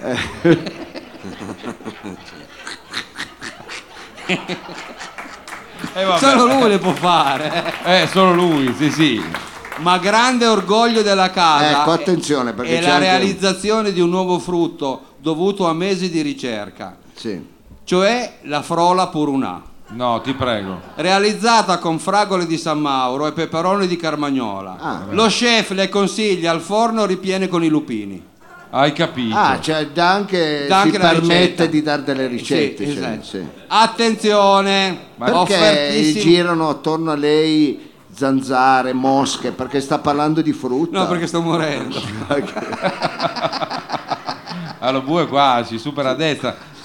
Vabbè. Solo lui le può fare. Solo lui, sì. Ma grande orgoglio della casa Ecco, attenzione, perché è c'è la anche- realizzazione di un nuovo frutto dovuto a mesi di ricerca, Sì. cioè la frola purunà, No, ti prego. realizzata con fragole di San Mauro e peperoni di Carmagnola. Lo chef le consiglia al forno ripiene con i lupini. Hai capito. Cioè dà anche Dà si anche la permette ricetta. di dare delle ricette. Sì, cioè, esatto. sì. Attenzione, Perché offertissimo. girano attorno a lei zanzare, mosche? Perché sta parlando di frutta. No, perché sto morendo. Allora, bue qua, ci supera a destra. Scusi,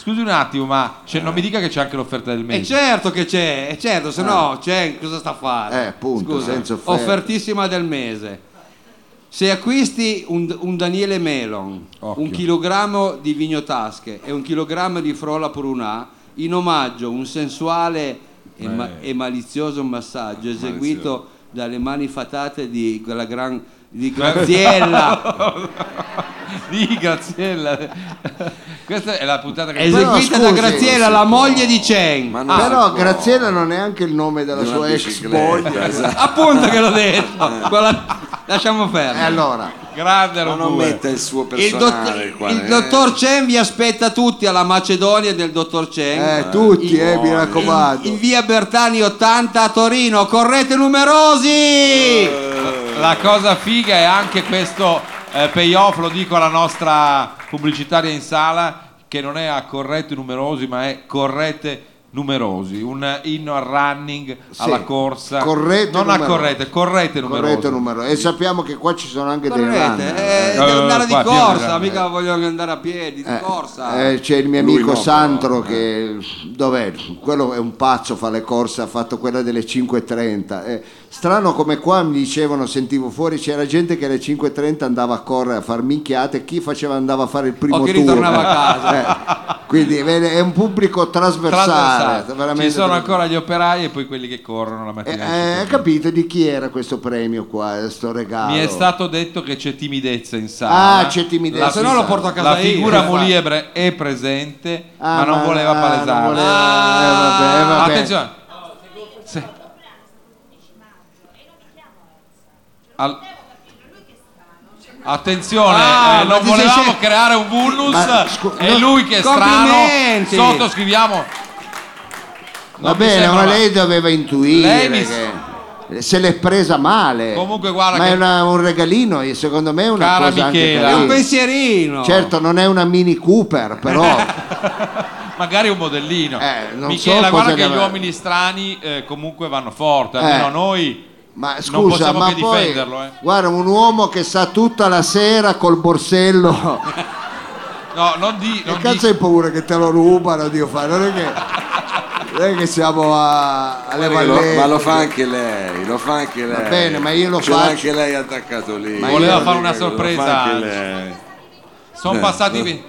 Scusi un attimo, ma non mi dica che c'è anche l'offerta del mese. certo che c'è, certo, se no c'è, cosa sta a fare? Appunto, Scusa, senza offerta. offertissima del mese. Se acquisti un Daniele Melon, Occhio. 1 chilogrammo di vigno tasche e 1 chilogrammo di Frola Prunà, in omaggio un sensuale e malizioso massaggio eseguito dalle mani fatate di quella di Graziella. Di Graziella. Questa è la puntata che Eseguita da scusi, Graziella, la moglie di Chen. Ma non si Però può. Graziella non è anche il nome della Di una sua ex bicicletta, moglie. esatto. Appunto che l'ho detto. Lasciamo E fermo. allora, grande Ma non Robue. metta il suo Il, personale qua. dottor Chen vi aspetta tutti alla Macedonia del dottor Chen. tutti, mi raccomando. In via Bertani 80 a Torino. Correte numerosi! La cosa figa è anche questo payoff, lo dico alla nostra pubblicitaria in sala, che non è a correte numerosi, ma è correte numerosi, un inno al running, alla Sì, corsa, correte non numerosi. a correte numerosi. Corretto numero. E sappiamo che qua ci sono anche dei Correte, runner. devo andare di qua, corsa, piano, mica voglio andare a piedi, di corsa. C'è il mio Lui amico no, Sandro però, che dov'è? Quello è un pazzo, fa le corse, ha fatto quella delle 5:30. Strano come qua mi dicevano, sentivo fuori, c'era gente che alle 5:30 andava a correre a far minchiate, chi andava a fare il primo O chi tour. ritornava a casa. Quindi vede, è un pubblico trasversale. veramente Ci sono trasversale. ancora gli operai e poi quelli che corrono la mattina. Hai capito di chi era questo premio qua, sto regalo? Mi è stato detto che c'è timidezza in sala. Ah, c'è timidezza. Se no lo porto a casa La io. figura Muliebre è presente, ma non voleva palesare. Non voleva, vabbè. Attenzione. Sì. Attenzione, Ma non ti volevamo sei- creare un vulnus, Ma è lui che è strano. Complimenti. Sottoscriviamo. Va Non mi bene, sembra ma male. lei doveva intuire Lei mi- che se l'è presa male. Comunque, guarda ma che- è un regalino, e secondo me è una Cara cosa anche Michela. È un carina. pensierino. Certo, non è una Mini Cooper, però Magari un modellino. non Michela, so guarda cosa che gli deve- uomini strani comunque vanno forte, almeno noi. ma Non scusa, possiamo ma che poi difenderlo, guarda, un uomo che sta tutta la sera col borsello. No, non Che di- cazzo hai paura che te lo rubano, Dio fa? Non è che siamo alle vallette. Ma lo fa anche lei, lo fa anche lei. Va bene, ma io lo Ce l'ha faccio. anche lei attaccato lì. Ma io voleva lo fare una Lo fa sorpresa. anche lei. Sono passati.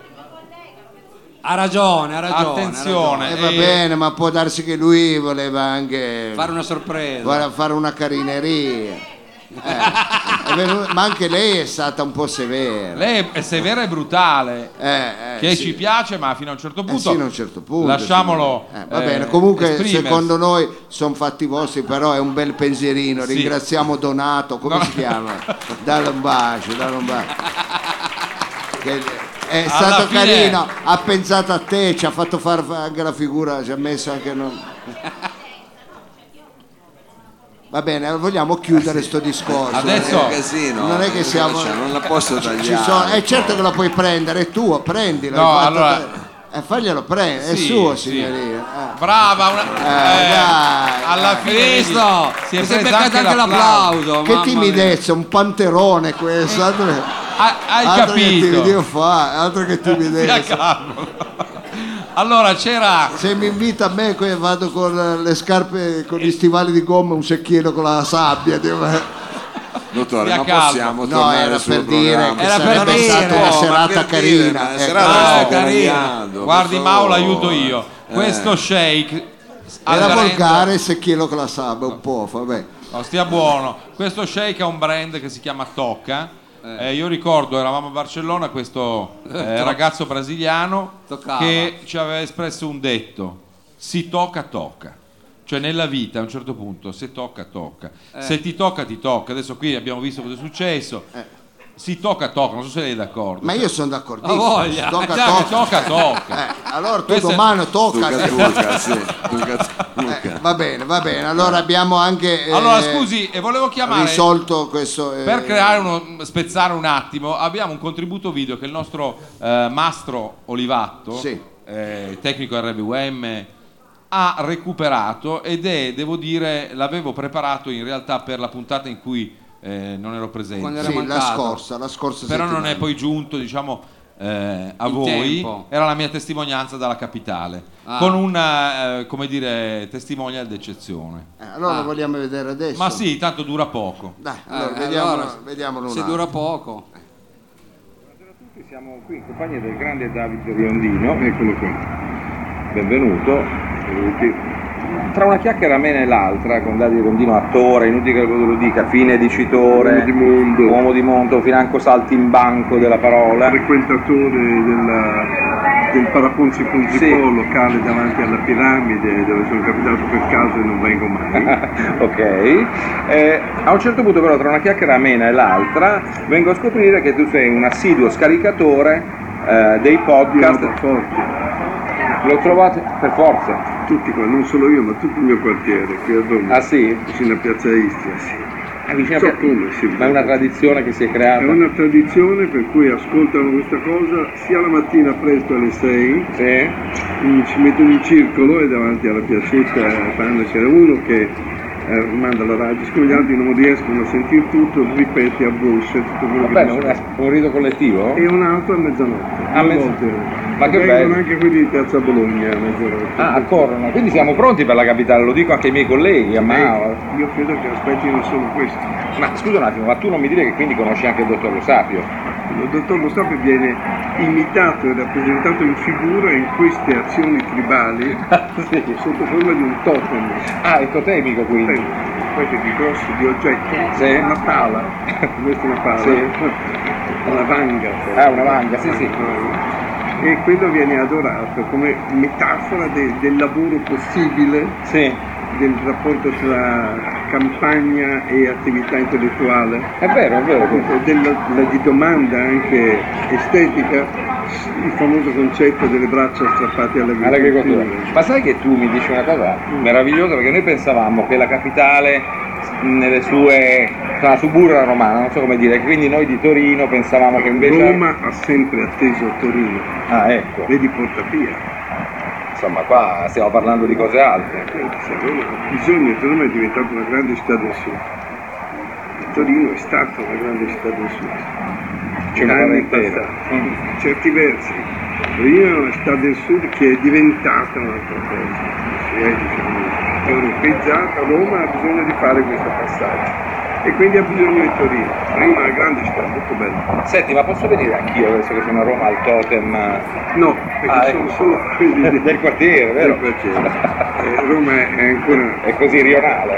Ha ragione. Attenzione. Va bene, ma può darsi che lui voleva anche Fare una sorpresa. voleva fare una carineria. Ma anche lei è stata un po' severa. Lei è severa e brutale. Che sì. ci piace, ma fino a un certo punto. Sì, a un certo punto. Lasciamolo. Va bene, comunque esprimersi. secondo noi sono fatti vostri, però è un bel pensierino. Sì. Ringraziamo Donato, come No. si chiama? Dalle un bacio. Che è Alla stato fine- carino, ha pensato a te, ci ha fatto fare anche la figura, ci ha messo anche non. Va bene, vogliamo chiudere sto discorso. Adesso- È un casino. Non è che siamo. Non la posso Ci tagliare. è certo che la puoi prendere, è tuo, prendilo. No, hai fatto allora- te. Faglielo prendere, è Sì, suo, sì. signorina. Brava, dai, alla fine Hai visto? si è Mi si è presa beccato anche anche l'applauso. l'applauso. Che mamma mia. timidezza, un panterone questo. Hai Altro che capito? timidezza fa, altro che Sia timidezza. calmo. Allora c'era. Se mi invita a me vado con le scarpe, con gli stivali di gomma, un secchiello con la sabbia. Dottore, Sia ma calmo. possiamo No, tornare era sul per dire programma? che Era per sarebbe dire. stata una Oh, ma serata per dire, carina. ma la ecco. serata Ah, sta carina. guadagnando, Guardi per Mau, favore. l'aiuto io. Questo shake al Era brand- volgare il secchiello con la sabbia, un po', vabbè. No, stia buono. Questo shake ha un brand che si chiama Tocca. Io ricordo, eravamo a Barcellona, questo ragazzo brasiliano Toccava. che ci aveva espresso un detto: si tocca, tocca. Cioè nella vita a un certo punto, se tocca, tocca. Se ti tocca, ti tocca. Adesso qui abbiamo visto cosa è successo. Si tocca, tocca. Non so se lei è d'accordo. Ma io sono d'accordissimo. Ha voglia. Tocca, Già che tocca. tocca. Allora tu Questo è- domani tocca. Tuca, sì. Tuca. Va bene. Allora abbiamo anche Allora scusi, e volevo chiamare risolto questo. per creare spezzare un attimo. Abbiamo un contributo video che il nostro Mastro Olivatto, Sì. tecnico RVM, ha recuperato ed è, devo dire, l'avevo preparato in realtà per la puntata in cui non ero presente. Quando era Sì, mancato. la scorsa Però non settimana. è poi giunto, diciamo, a Il voi, tempo. era la mia testimonianza dalla capitale, Ah. con una come dire testimonial d'eccezione. Allora lo vogliamo vedere adesso? Ma sì, tanto dura poco. Dai, allora, allora, vediamolo un se attimo. dura poco. Siamo qui in compagnia del grande Davide Riondino, eccolo qua, benvenuto. Tra una chiacchiera amena e l'altra, con Davide Riondino, attore, inutile che ve lo dica, fine edicitore, uomo di mondo, financo saltimbanco della parola, frequentatore del Paraponzi Ponzi Sì. Po, locale davanti alla piramide, dove sono capitato per caso e non vengo mai. ok. A un certo punto però tra una chiacchiera amena e l'altra vengo a scoprire che tu sei un assiduo scaricatore dei podcast. Roba forte. Lo trovate per forza? Tutti qua, non solo io, ma tutto il mio quartiere, qui a Roma. Ah sì? Vicino a Piazza Istria, sì. Vicino a So Pia- come, sì. Ma è una tradizione che si è creata? È una tradizione per cui ascoltano questa cosa sia la mattina presto alle 6, Sì? ci mettono in circolo e davanti alla piazzetta fanno, c'era uno che manda la radio, siccome gli altri non riescono a sentire tutto, ripete a voce tutto quello Va che bene, dice. un rito collettivo? E un altro a mezzanotte. A due mezz- volte. Ma che Vengono bello. anche quelli di Piazza Bologna a mezzanotte. Ah, corrono, quindi siamo pronti per la capitale, lo dico anche ai miei colleghi, a Mao. Io credo che aspettino solo questo. Ma scusa un attimo, ma tu non mi dire che quindi conosci anche il dottor Lo Sapio? Il dottor Lo Sapio viene imitato e rappresentato in figura in queste azioni tribali Sì. sotto forma di un totem. Ah, è totemico quindi. Questo è di grosso di oggetto, Sì. una pala, questa è una pala, Sì. una vanga. Ah, una vanga, sì, sì. E quello viene adorato come metafora del lavoro possibile, Sì, del rapporto tra campagna e attività intellettuale, è vero, di domanda anche estetica, il famoso concetto delle braccia strappate all'agricoltura. all'agricoltura. Ma sai che tu mi dici una cosa meravigliosa, perché noi pensavamo che la capitale nelle sue la suburra romana, non so come dire, quindi noi di Torino pensavamo che invece Roma ha sempre atteso Torino, ah, ecco. vedi Portapia. Insomma, qua stiamo parlando di cose alte. Se Roma ha bisogno, Roma è diventata una grande città del sud. Torino è stata una grande città del sud. C'è una Anni parentela. passati. In certi versi. Torino è una città del sud che è diventata un'altra cosa. Si è, europeizzata. Roma ha bisogno di fare questo passaggio. E quindi ha bisogno di Torino. Torino è una grande città, molto bella. Senti, ma posso venire anch'io adesso che sono a Roma al totem No, perché sono ecco. solo quelli del quartiere, vero? del quartiere. Roma è ancora È così rionale.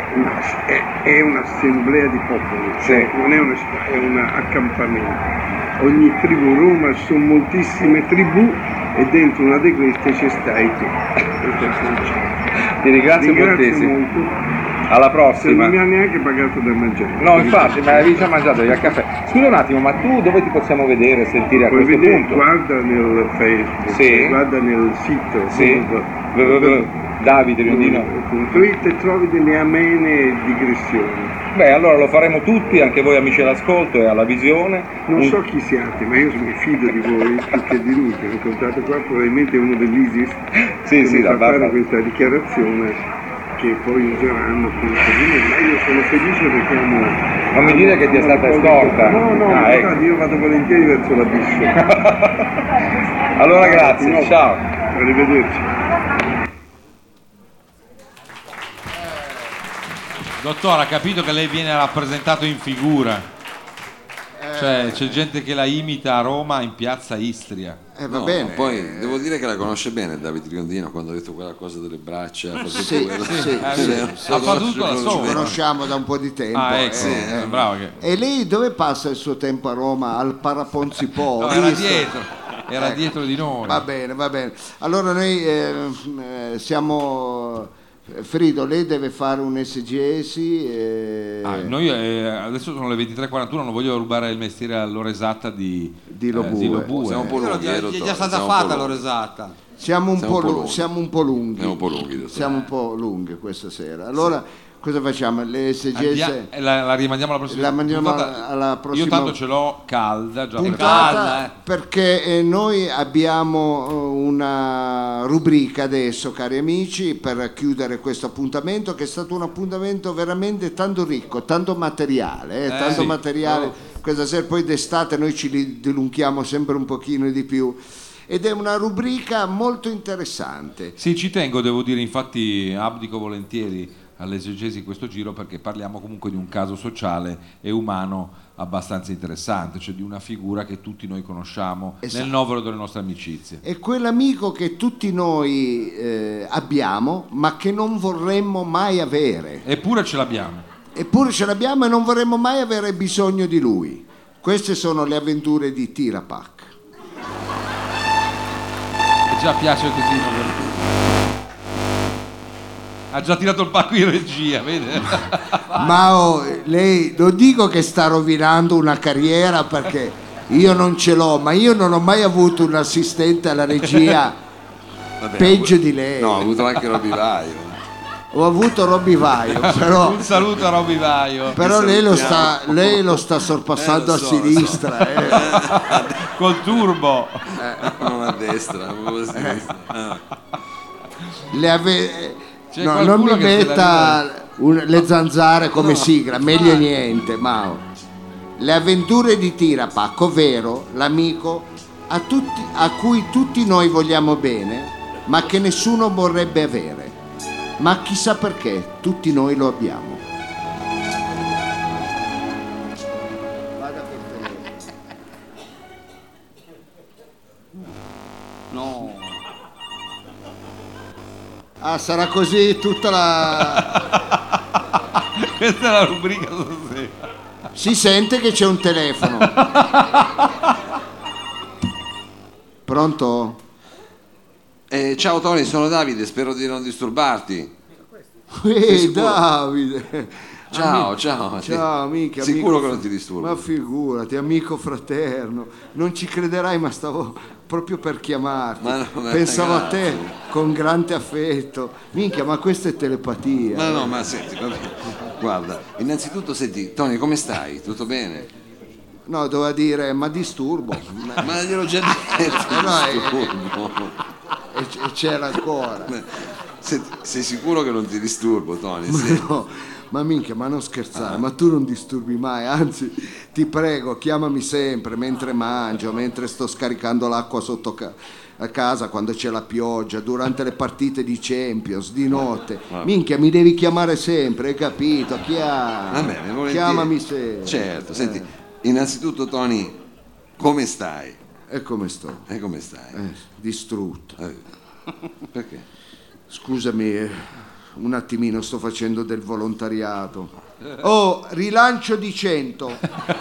è un'assemblea di popoli, Sì. cioè non è una città, è un accampamento. Ogni tribù, Roma ci sono moltissime tribù e dentro una di queste ci stai tu. Questo è il concetto. Ti ringrazio moltissimo. molto. Alla Se prossima. non mi ha neanche pagato da mangiare. No, infatti, ma avevi già mangiato il caffè. Scusa un attimo, ma tu dove ti possiamo vedere e sentire a Puoi questo vedere, punto? guarda nel Facebook, Sì. guarda nel sito. Sì. Davide Riondino. e trovi delle amene digressioni. Beh, allora lo faremo tutti, anche voi amici all'ascolto e alla visione. Non so chi siate, ma io mi fido di voi più che di lui, che ho incontrato qua, probabilmente è uno dell'ISIS Sì, che sì, mi la fa fare barba. questa dichiarazione che poi useranno per ma io sono felice perché Non mi dire che ti è stata estorta. No, Ah, ecco. guarda, io vado volentieri verso l'abisso. Allora grazie, ciao. Arrivederci. Dottore, ha capito che lei viene rappresentato in figura. Cioè, c'è gente che la imita a Roma in piazza Istria. Va No, bene. poi devo dire che la conosce bene Davide Riondino quando ha detto quella cosa delle braccia. Ha fatto Sì, quella- sì, Sì, sì. Ha fatto tutto da conosce solo. bene. Conosciamo da un po' di tempo. Ah, ecco, bravo che... E lei dove passa il suo tempo a Roma? Al Paraponzi Po? No, era Visto? dietro, era Ecco. dietro di noi. Va bene, va bene. Allora noi siamo... Frido, lei deve fare un esegesi. Noi adesso sono le 23:41, non voglio rubare il mestiere all'ora esatta di Lobue. Siamo un po' lunghi, Gli è dottore, già stata siamo un po' fatta lunghi. l'ora esatta. Siamo un Siamo po' un po' lunghi. siamo un po' lunghi. Siamo un po' lunghi, dottore. Siamo un po' lunghi questa sera. Allora, cosa facciamo? Le esegese... La rimandiamo alla prossima La mandiamo puntata. alla prossima Io tanto ce l'ho calda già puntata calda, perché noi abbiamo una rubrica adesso, cari amici, per chiudere questo appuntamento che è stato un appuntamento veramente tanto ricco, tanto materiale, tanto sì. materiale. questa sera, poi d'estate noi ci dilunghiamo sempre un pochino di più, ed è una rubrica molto interessante. Sì, ci tengo, devo dire, infatti abdico volentieri all'esegesi in questo giro, perché parliamo comunque di un caso sociale e umano abbastanza interessante, cioè di una figura che tutti noi conosciamo, esatto, nel novero delle nostre amicizie. È quell'amico che tutti noi abbiamo, ma che non vorremmo mai avere. Eppure ce l'abbiamo. Eppure ce l'abbiamo e non vorremmo mai avere bisogno di lui. Queste sono le avventure di Tirapak. E già piace così, ha già tirato il pacco in regia, vede? Ma lei, lo dico che sta rovinando una carriera, perché io non ce l'ho, ma io non ho mai avuto un assistente alla regia peggio di lei. No, ho avuto anche Roby Vaio. Ho avuto Roby Vaio, però, Un saluto a Roby Vaio. però lei lo sta sorpassando lo a so, sinistra. Col turbo. Non a destra, proprio a sinistra. C'è No, qualcuno non mi che se la metta le zanzare come sigla, meglio niente, Mao. Le avventure di Tirapak, ovvero l'amico a cui tutti noi vogliamo bene, ma che nessuno vorrebbe avere. Ma chissà perché, tutti noi lo abbiamo. Vada per telefono. No. Ah, sarà così tutta la... Questa è la rubrica stasera. Si sente che c'è un telefono. Pronto? Ciao Tony, sono Davide, spero di non disturbarti. Davide. Ciao. Ciao amica. Sicuro amico, che non ti disturbo? Ma figurati, amico fraterno. Non ci crederai, ma stavo proprio per chiamarti. Ma Pensavo a te ragazzi, con grande affetto. Minchia, ma questa è telepatia. Ma no, ma senti, guarda, innanzitutto senti, Tony, come stai? Tutto bene? No, doveva dire, ma disturbo. Ma gliel'ho già detto. No, e c'era ancora. Senti, sei sicuro che non ti disturbo, Tony? No, ma minchia, ma non scherzare, ma tu non disturbi mai, anzi ti prego, chiamami sempre mentre mangio, mentre sto scaricando l'acqua sotto a casa, quando c'è la pioggia, durante le partite di Champions, di notte. Minchia, mi devi chiamare sempre, hai capito? Va bene, volentieri. Chiamami sempre. Certo, senti, innanzitutto Tony, come stai? E come sto? E come stai? Distrutto. Perché? Scusami, un attimino, sto facendo del volontariato. Oh, rilancio di 100.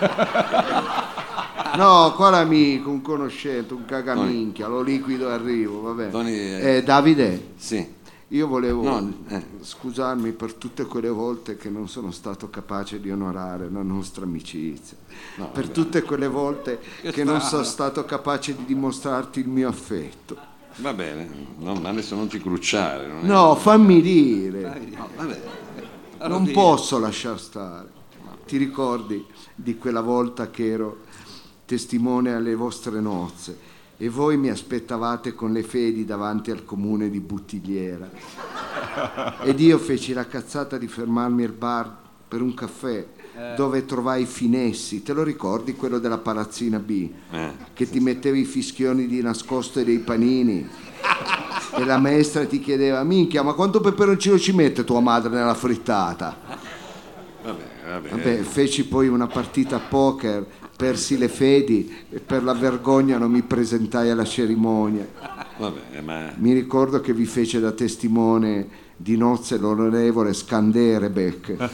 No, qua l'amico, un conoscente, un cagaminchia, lo liquido e arrivo, va bene. Tony, Davide, sì. io volevo No, scusarmi per tutte quelle volte che non sono stato capace di onorare la nostra amicizia, per tutte quelle volte che non sono stato capace di dimostrarti il mio affetto. Va bene, ma adesso non ti crucciare. Non è... No, fammi dire. No, vabbè. Non posso lasciar stare. Ti ricordi di quella volta che ero testimone alle vostre nozze e voi mi aspettavate con le fedi davanti al comune di Buttigliera ed io feci la cazzata di fermarmi al bar per un caffè dove trovai Finessi, te lo ricordi, quello della palazzina B, che ti mettevi i fischioni di nascosto e dei panini e la maestra ti chiedeva, minchia, ma quanto peperoncino ci mette tua madre nella frittata? Vabbè, feci poi una partita a poker, persi le fedi e per la vergogna non mi presentai alla cerimonia. Vabbè, ma... Mi ricordo che vi fece da testimone di nozze l'onorevole Skanderebek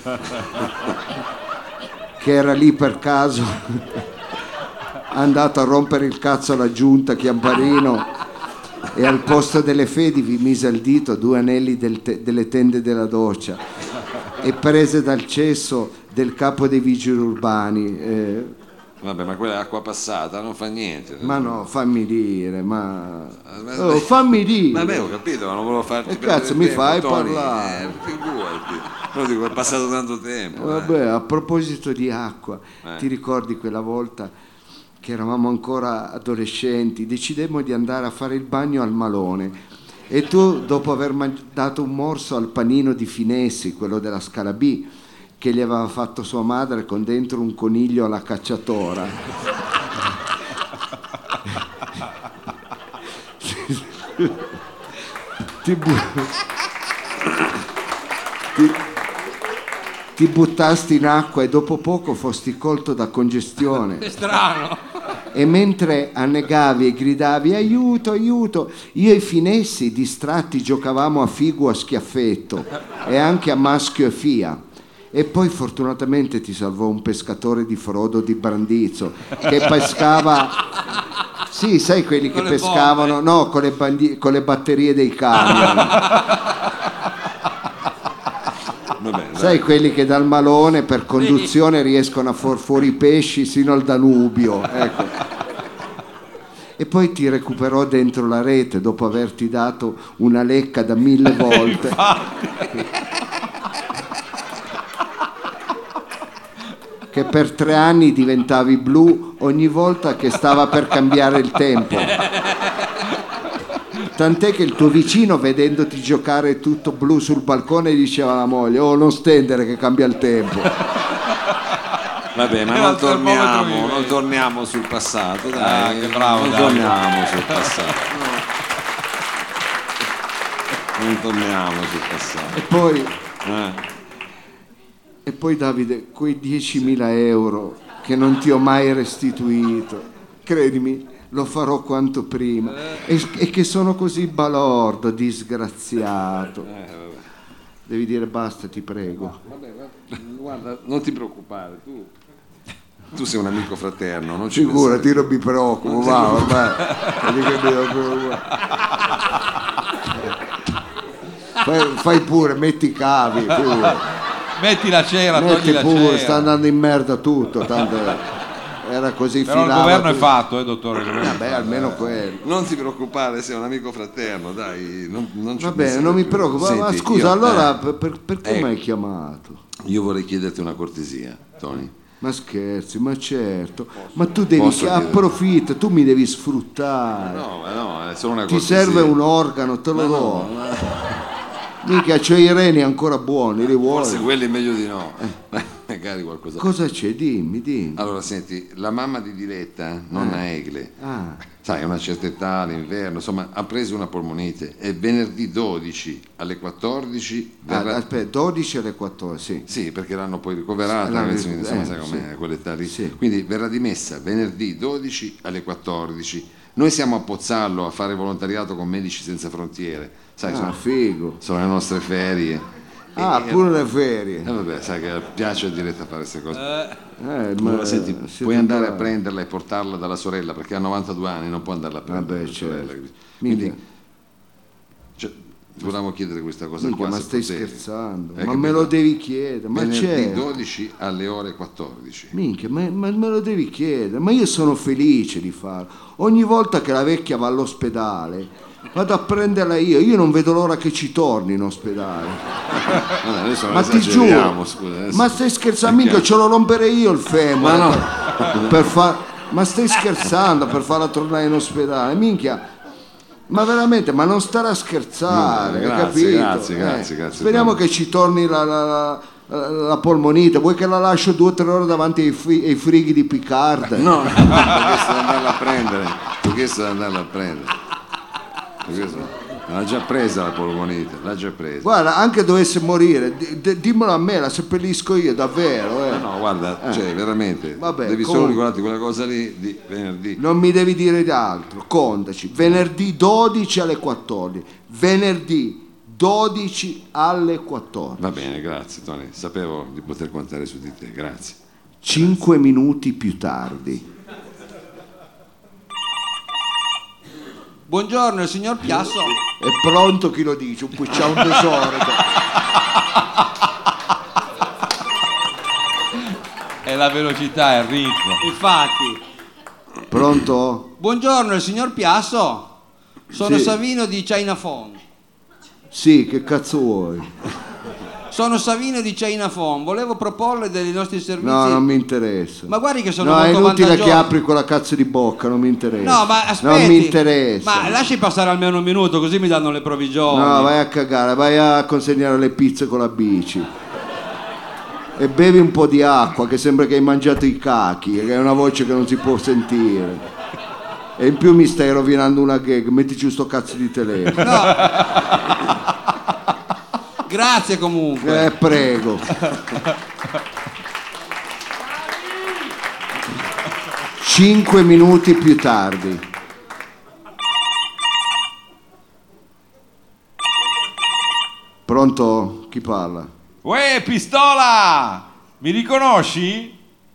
che era lì per caso andato a rompere il cazzo alla giunta Chiamparino e al posto delle fedi vi mise al dito 2 anelli delle tende della doccia e prese dal cesso del capo dei vigili urbani. Vabbè, ma quella è acqua passata, non fa niente. Ma no, fammi dire, fammi dire. Vabbè, ho capito, ma non volevo farti perdere cazzo, mi tempo, fai Tony. parlare. Figurati. Però dico, è passato tanto tempo. Vabbè, a proposito di acqua, ti ricordi quella volta che eravamo ancora adolescenti, decidemmo di andare a fare il bagno al Malone e tu, dopo aver dato un morso al panino di Finessi, quello della Scala B, che gli aveva fatto sua madre con dentro un coniglio alla cacciatora. Ti buttasti in acqua e dopo poco fosti colto da congestione. È strano. E mentre annegavi e gridavi aiuto, aiuto, io e i finessi distratti giocavamo a figu a schiaffetto e anche a maschio e fia. E poi fortunatamente ti salvò un pescatore di Frodo di Brandizzo che pescava, sì, sai quelli che Con le pescavano, bombe. no, con le batterie dei camion. Vabbè, dai. Sai quelli che dal malone per conduzione riescono a far fuori i pesci sino al Danubio, ecco. E poi ti recuperò dentro la rete dopo averti dato una lecca da 1000 volte. Che per 3 anni diventavi blu ogni volta che stava per cambiare il tempo. Tant'è che il tuo vicino, vedendoti giocare tutto blu sul balcone, diceva alla moglie: oh, non stendere che cambia il tempo. Vabbè, ma Era non il termometro torniamo, vivo. non torniamo sul passato, dai. che bravo, non Davide. torniamo sul passato. Non torniamo sul passato. E poi Davide, quei 10.000 euro che non ti ho mai restituito, credimi, lo farò quanto prima. E che sono così balordo, disgraziato. Devi dire basta, ti prego. Guarda, non ti preoccupare, tu sei un amico fraterno, non ci Figurati, pensare. non mi preoccupo, va, ormai. Vedi che mi preoccupo. Fai pure, metti i cavi, pure. Metti la cera, togli Metti la pure, cera. sta andando in merda tutto, tanto era così Però il filava governo è tutto. fatto, dottore. il governo è Vabbè, fatto. almeno quello. Non ti preoccupare, sei un amico fraterno, dai. Non ci Va bene, pensare non mi più. preoccupo, ma Senti, scusa, io- allora perché ecco. mi hai chiamato? Io vorrei chiederti una cortesia, Tony. Ma scherzi, ma certo, ma tu devi Posso chiedere? approfitta, tu mi devi sfruttare. No, ma no, è solo una Ti cortesia. serve un organo, te lo do. Mica c'ho i reni ancora buoni, li vuoi? Forse quelli è meglio di no. Magari qualcosa. Cosa c'è? Dimmi. Allora, senti, la mamma di Diletta, nonna Egle, Ah, sai, a una certa età, l'inverno, insomma, ha preso una polmonite e venerdì 12 alle 14 verrà... aspetta, 12 alle 14, sì. Sì, perché l'hanno poi ricoverata, insomma, sai com'è, sì. quell'età lì. Sì. Quindi verrà dimessa venerdì 12 alle 14. Noi siamo a Pozzallo a fare volontariato con Medici Senza Frontiere, sai, Figo. sono le nostre ferie. Pure le ferie. Vabbè, sai che piace a Diletta fare queste cose. Ma Senti, siete puoi andare a bravi. prenderla e portarla dalla sorella perché ha 92 anni, non può andarla a prendere. Vabbè, dalla sorella. certo. Quindi, Minchia. cioè, ti volevamo chiedere questa cosa Minchia, qua. ma se stai potevi. scherzando? Hai Ma me capito? lo devi chiedere, ma Venerdì certo. 12 alle ore 14. Minchia, ma me lo devi chiedere, ma io sono felice di farlo. Ogni volta che la vecchia va all'ospedale vado a prenderla io non vedo l'ora che ci torni in ospedale. Vabbè, adesso non Ma ti esageriamo, giuro, scusa, adesso- ma stai scherzando? Minchia, ce lo romperei io il femore. Ma no. Ma stai scherzando per farla tornare in ospedale? Minchia. Ma veramente, ma non stare a scherzare, No, hai grazie, capito? grazie, Speriamo che ci torni la polmonite. Vuoi che la lascio 2 o 3 ore davanti ai frighi di Picard? No, ho chiesto di andarla a prendere. Ho chiesto di andarla a prendere. L'ha già presa la polmonite, l'ha già presa. Guarda, anche dovesse morire, dimmelo a me, la seppellisco io, davvero. No, guarda, cioè veramente, Vabbè, devi solo comunque. ricordarti quella cosa lì di venerdì. Non mi devi dire di altro, contaci. Venerdì 12 alle 14. Venerdì 12 alle 14. Va bene, grazie Tony, sapevo di poter contare su di te, grazie. 5 minuti più tardi. Buongiorno, il signor Piasso. È pronto chi lo dice? Un pucciao un tesoro. È la velocità, è il ritmo. Infatti. Pronto? Buongiorno, il signor Piasso. Sono Sì. Savino di China Phone. Sì, che cazzo vuoi? Sono Savino di China Phone. Volevo proporle dei nostri servizi. No, non mi interessa. Ma guardi che sono No, è molto inutile vantaggiosi. che apri quella cazzo di bocca, non mi interessa. No, ma aspetti. Non mi interessa. Ma lasci passare almeno un minuto, così mi danno le provvigioni. No, vai a cagare, vai a consegnare le pizze con la bici. E bevi un po' di acqua, che sembra che hai mangiato i cachi, che è una voce che non si può sentire. E in più mi stai rovinando una gag, mettici sto cazzo di telefono. No. Grazie comunque. Prego. Cinque minuti più tardi. Pronto? Chi parla? Uè, pistola! Mi riconosci?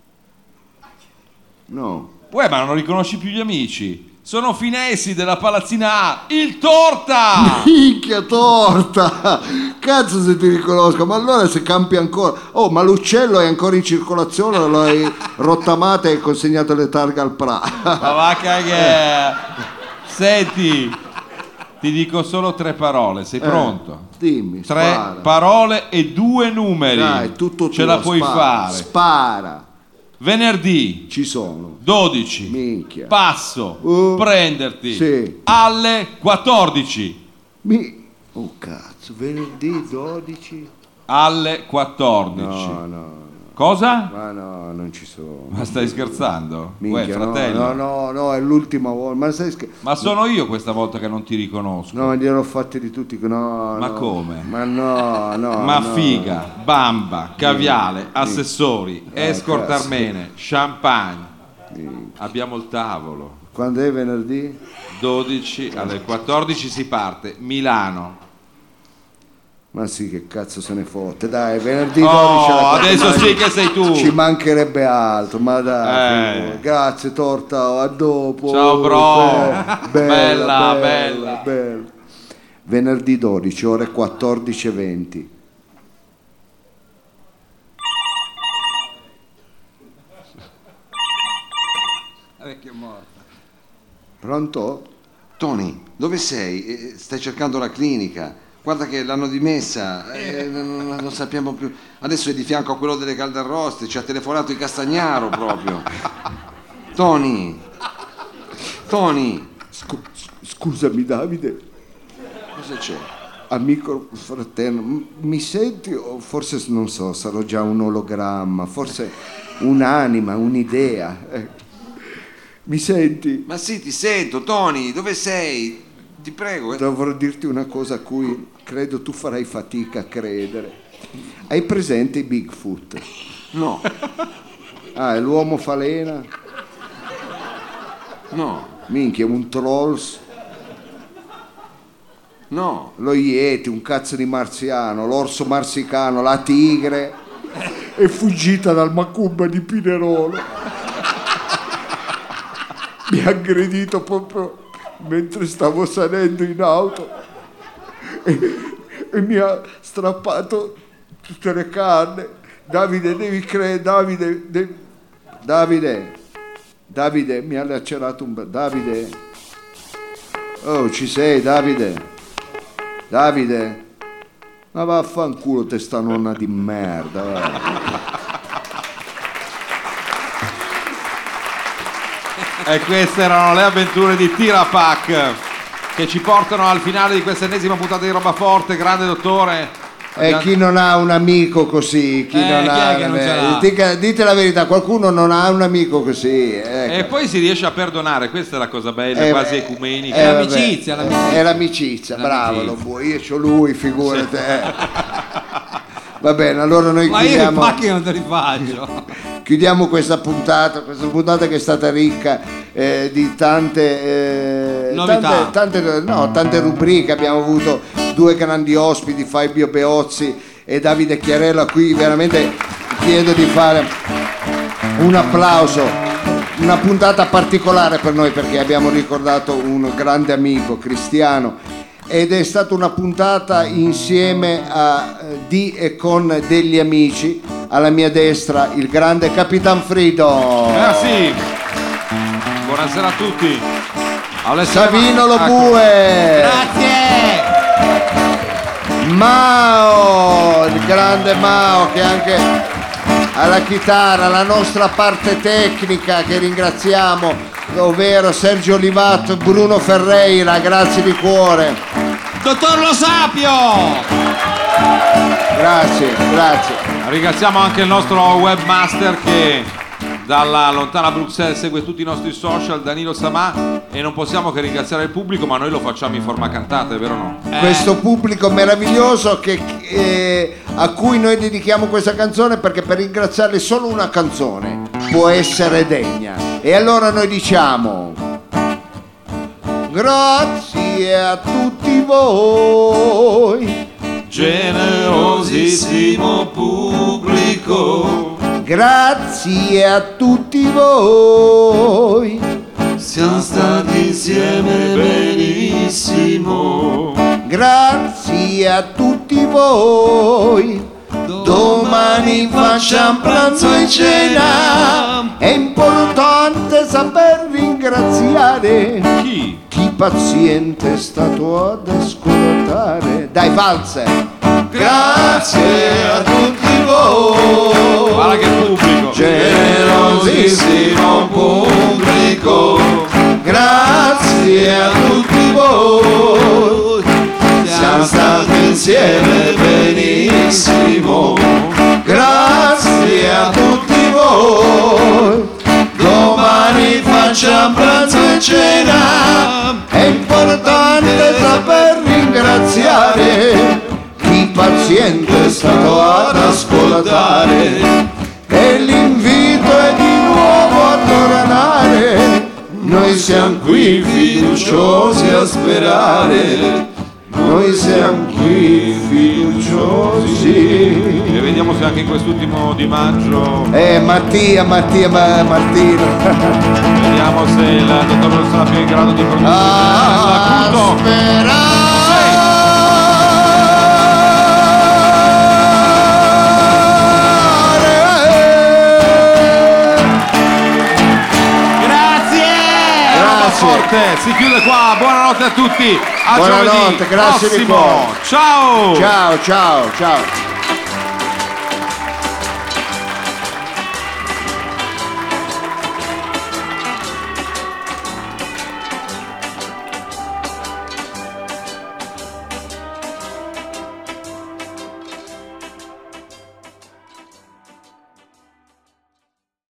No. Uè, ma non riconosci più gli amici? Sono Finessi della Palazzina A, il Torta! Minchia, Torta! Cazzo se ti riconosco, ma allora se campi ancora. Oh, ma l'uccello è ancora in circolazione, lo hai rottamata e consegnato le targhe al Pra. Ma va a cagare! Senti, ti dico solo 3 parole, sei pronto? Dimmi, 3 spara. parole e 2 numeri. Dai, tutto ce tuo, la puoi spara, fare. Spara. Venerdì Ci sono. 12. Minchia. Passo prenderti sì. alle 14. Oh cazzo, venerdì 12? Alle 14. No. Cosa? Ma no, non ci sono. Ma stai scherzando? Uè, Minchia, fratello. No, è l'ultima volta. Ma stai Ma sono io questa volta che non ti riconosco. No, gliel'ho fatti di tutti. No, Ma no. come? Ma no. Ma no. figa, bamba, caviale, assessori, escort cazzo. armene, champagne. Abbiamo il tavolo. Quando è venerdì? 12 alle 14 si parte. Milano. Ma sì, che cazzo se ne fotte. Dai, venerdì 12 alla adesso sì che sei tu. Ci mancherebbe altro, ma dai. Eh. Grazie Torta, a dopo. Ciao, bro. Bella. Bella. Venerdì 12, ore 14:20. Vecchio morto. Pronto? Tony, dove sei? Stai cercando la clinica. Guarda che l'hanno dimessa, non sappiamo più. Adesso è di fianco a quello delle caldarroste, ci ha telefonato il Castagnaro proprio. Tony! Scusami Davide, Cosa c'è? amico fraterno, mi senti? O forse non so, sarò già un ologramma, forse un'anima, un'idea. Mi senti? Ma sì, ti sento, Tony, dove sei? Ti prego. Dovrò dirti una cosa a cui credo tu farai fatica a credere. Hai presente i Bigfoot? No, È l'uomo falena? no, Minchia, un trolls? no. Lo Yeti, un cazzo di marziano, l'orso marsicano, la tigre è fuggita dal Macumba di Pinerolo. Mi ha aggredito proprio mentre stavo salendo in auto e mi ha strappato tutte le canne. Davide, devi credere, Davide, mi ha lacerato Davide. Oh, ci sei, Davide? Ma vaffanculo te sta nonna di merda, va. E queste erano le avventure di Tirapac che ci portano al finale di questa ennesima puntata di Roba Forte. Grande dottore. E chi non ha un amico così, chi non chi ha, è che non ce l'ha? dite la verità, qualcuno non ha un amico così, ecco. E poi si riesce a perdonare, questa è la cosa bella, quasi ecumenica. È vabbè, l'amicizia, è l'amicizia, bravo, lo vuoi, io c'ho lui, figurati. Va bene, allora noi Ma io i chiudiamo. pacchi non te li faccio. Chiudiamo questa puntata che è stata ricca di tante Novità. tante rubriche. Abbiamo avuto 2 grandi ospiti, Fabio Beozzi e Davide Chiarello, a cui veramente chiedo di fare un applauso. Una puntata particolare per noi perché abbiamo ricordato un grande amico, Cristiano, ed è stata una puntata insieme di e con degli amici. Alla mia destra il grande Capitan Frido. Merci. Buonasera a tutti. Savino Lobue. Grazie. Mao, il grande Mao, che anche alla chitarra, la nostra parte tecnica che ringraziamo, ovvero Sergio Olivato e Bruno Ferreira, grazie di cuore. Dottor Lo Sapio. Grazie. Ringraziamo anche il nostro webmaster che dalla lontana Bruxelles segue tutti i nostri social, Danilo Samà, e non possiamo che ringraziare il pubblico, ma noi lo facciamo in forma cantata, è vero o no? Questo pubblico meraviglioso a cui noi dedichiamo questa canzone, perché per ringraziarli solo una canzone può essere degna. E allora noi diciamo: grazie a tutti voi, generosissimo pubblico, grazie a tutti voi, siamo stati insieme benissimo. grazie a tutti voi. Domani facciamo pranzo e cena, è importante saper ringraziare Chi? chi paziente è stato ad ascoltare. Dai, false! Grazie a tutti voi, Guarda che pubblico! generosissimo pubblico, grazie a tutti voi, siamo stati insieme benissimo, grazie a tutti voi. Domani facciamo pranzo e cena, è importante saper ringraziare chi paziente è stato ad ascoltare, e l'invito è di nuovo a tornare. Noi siamo qui fiduciosi a sperare, noi siamo qui fiduciosi. E vediamo se anche in quest'ultimo di maggio Martino. vediamo se il dottor Lo sarà più in grado di produrre l'acuto. Forte, si chiude qua, buonanotte a tutti, a Buonanotte, giovedì grazie di prossimo. cuore. Ciao! Ciao.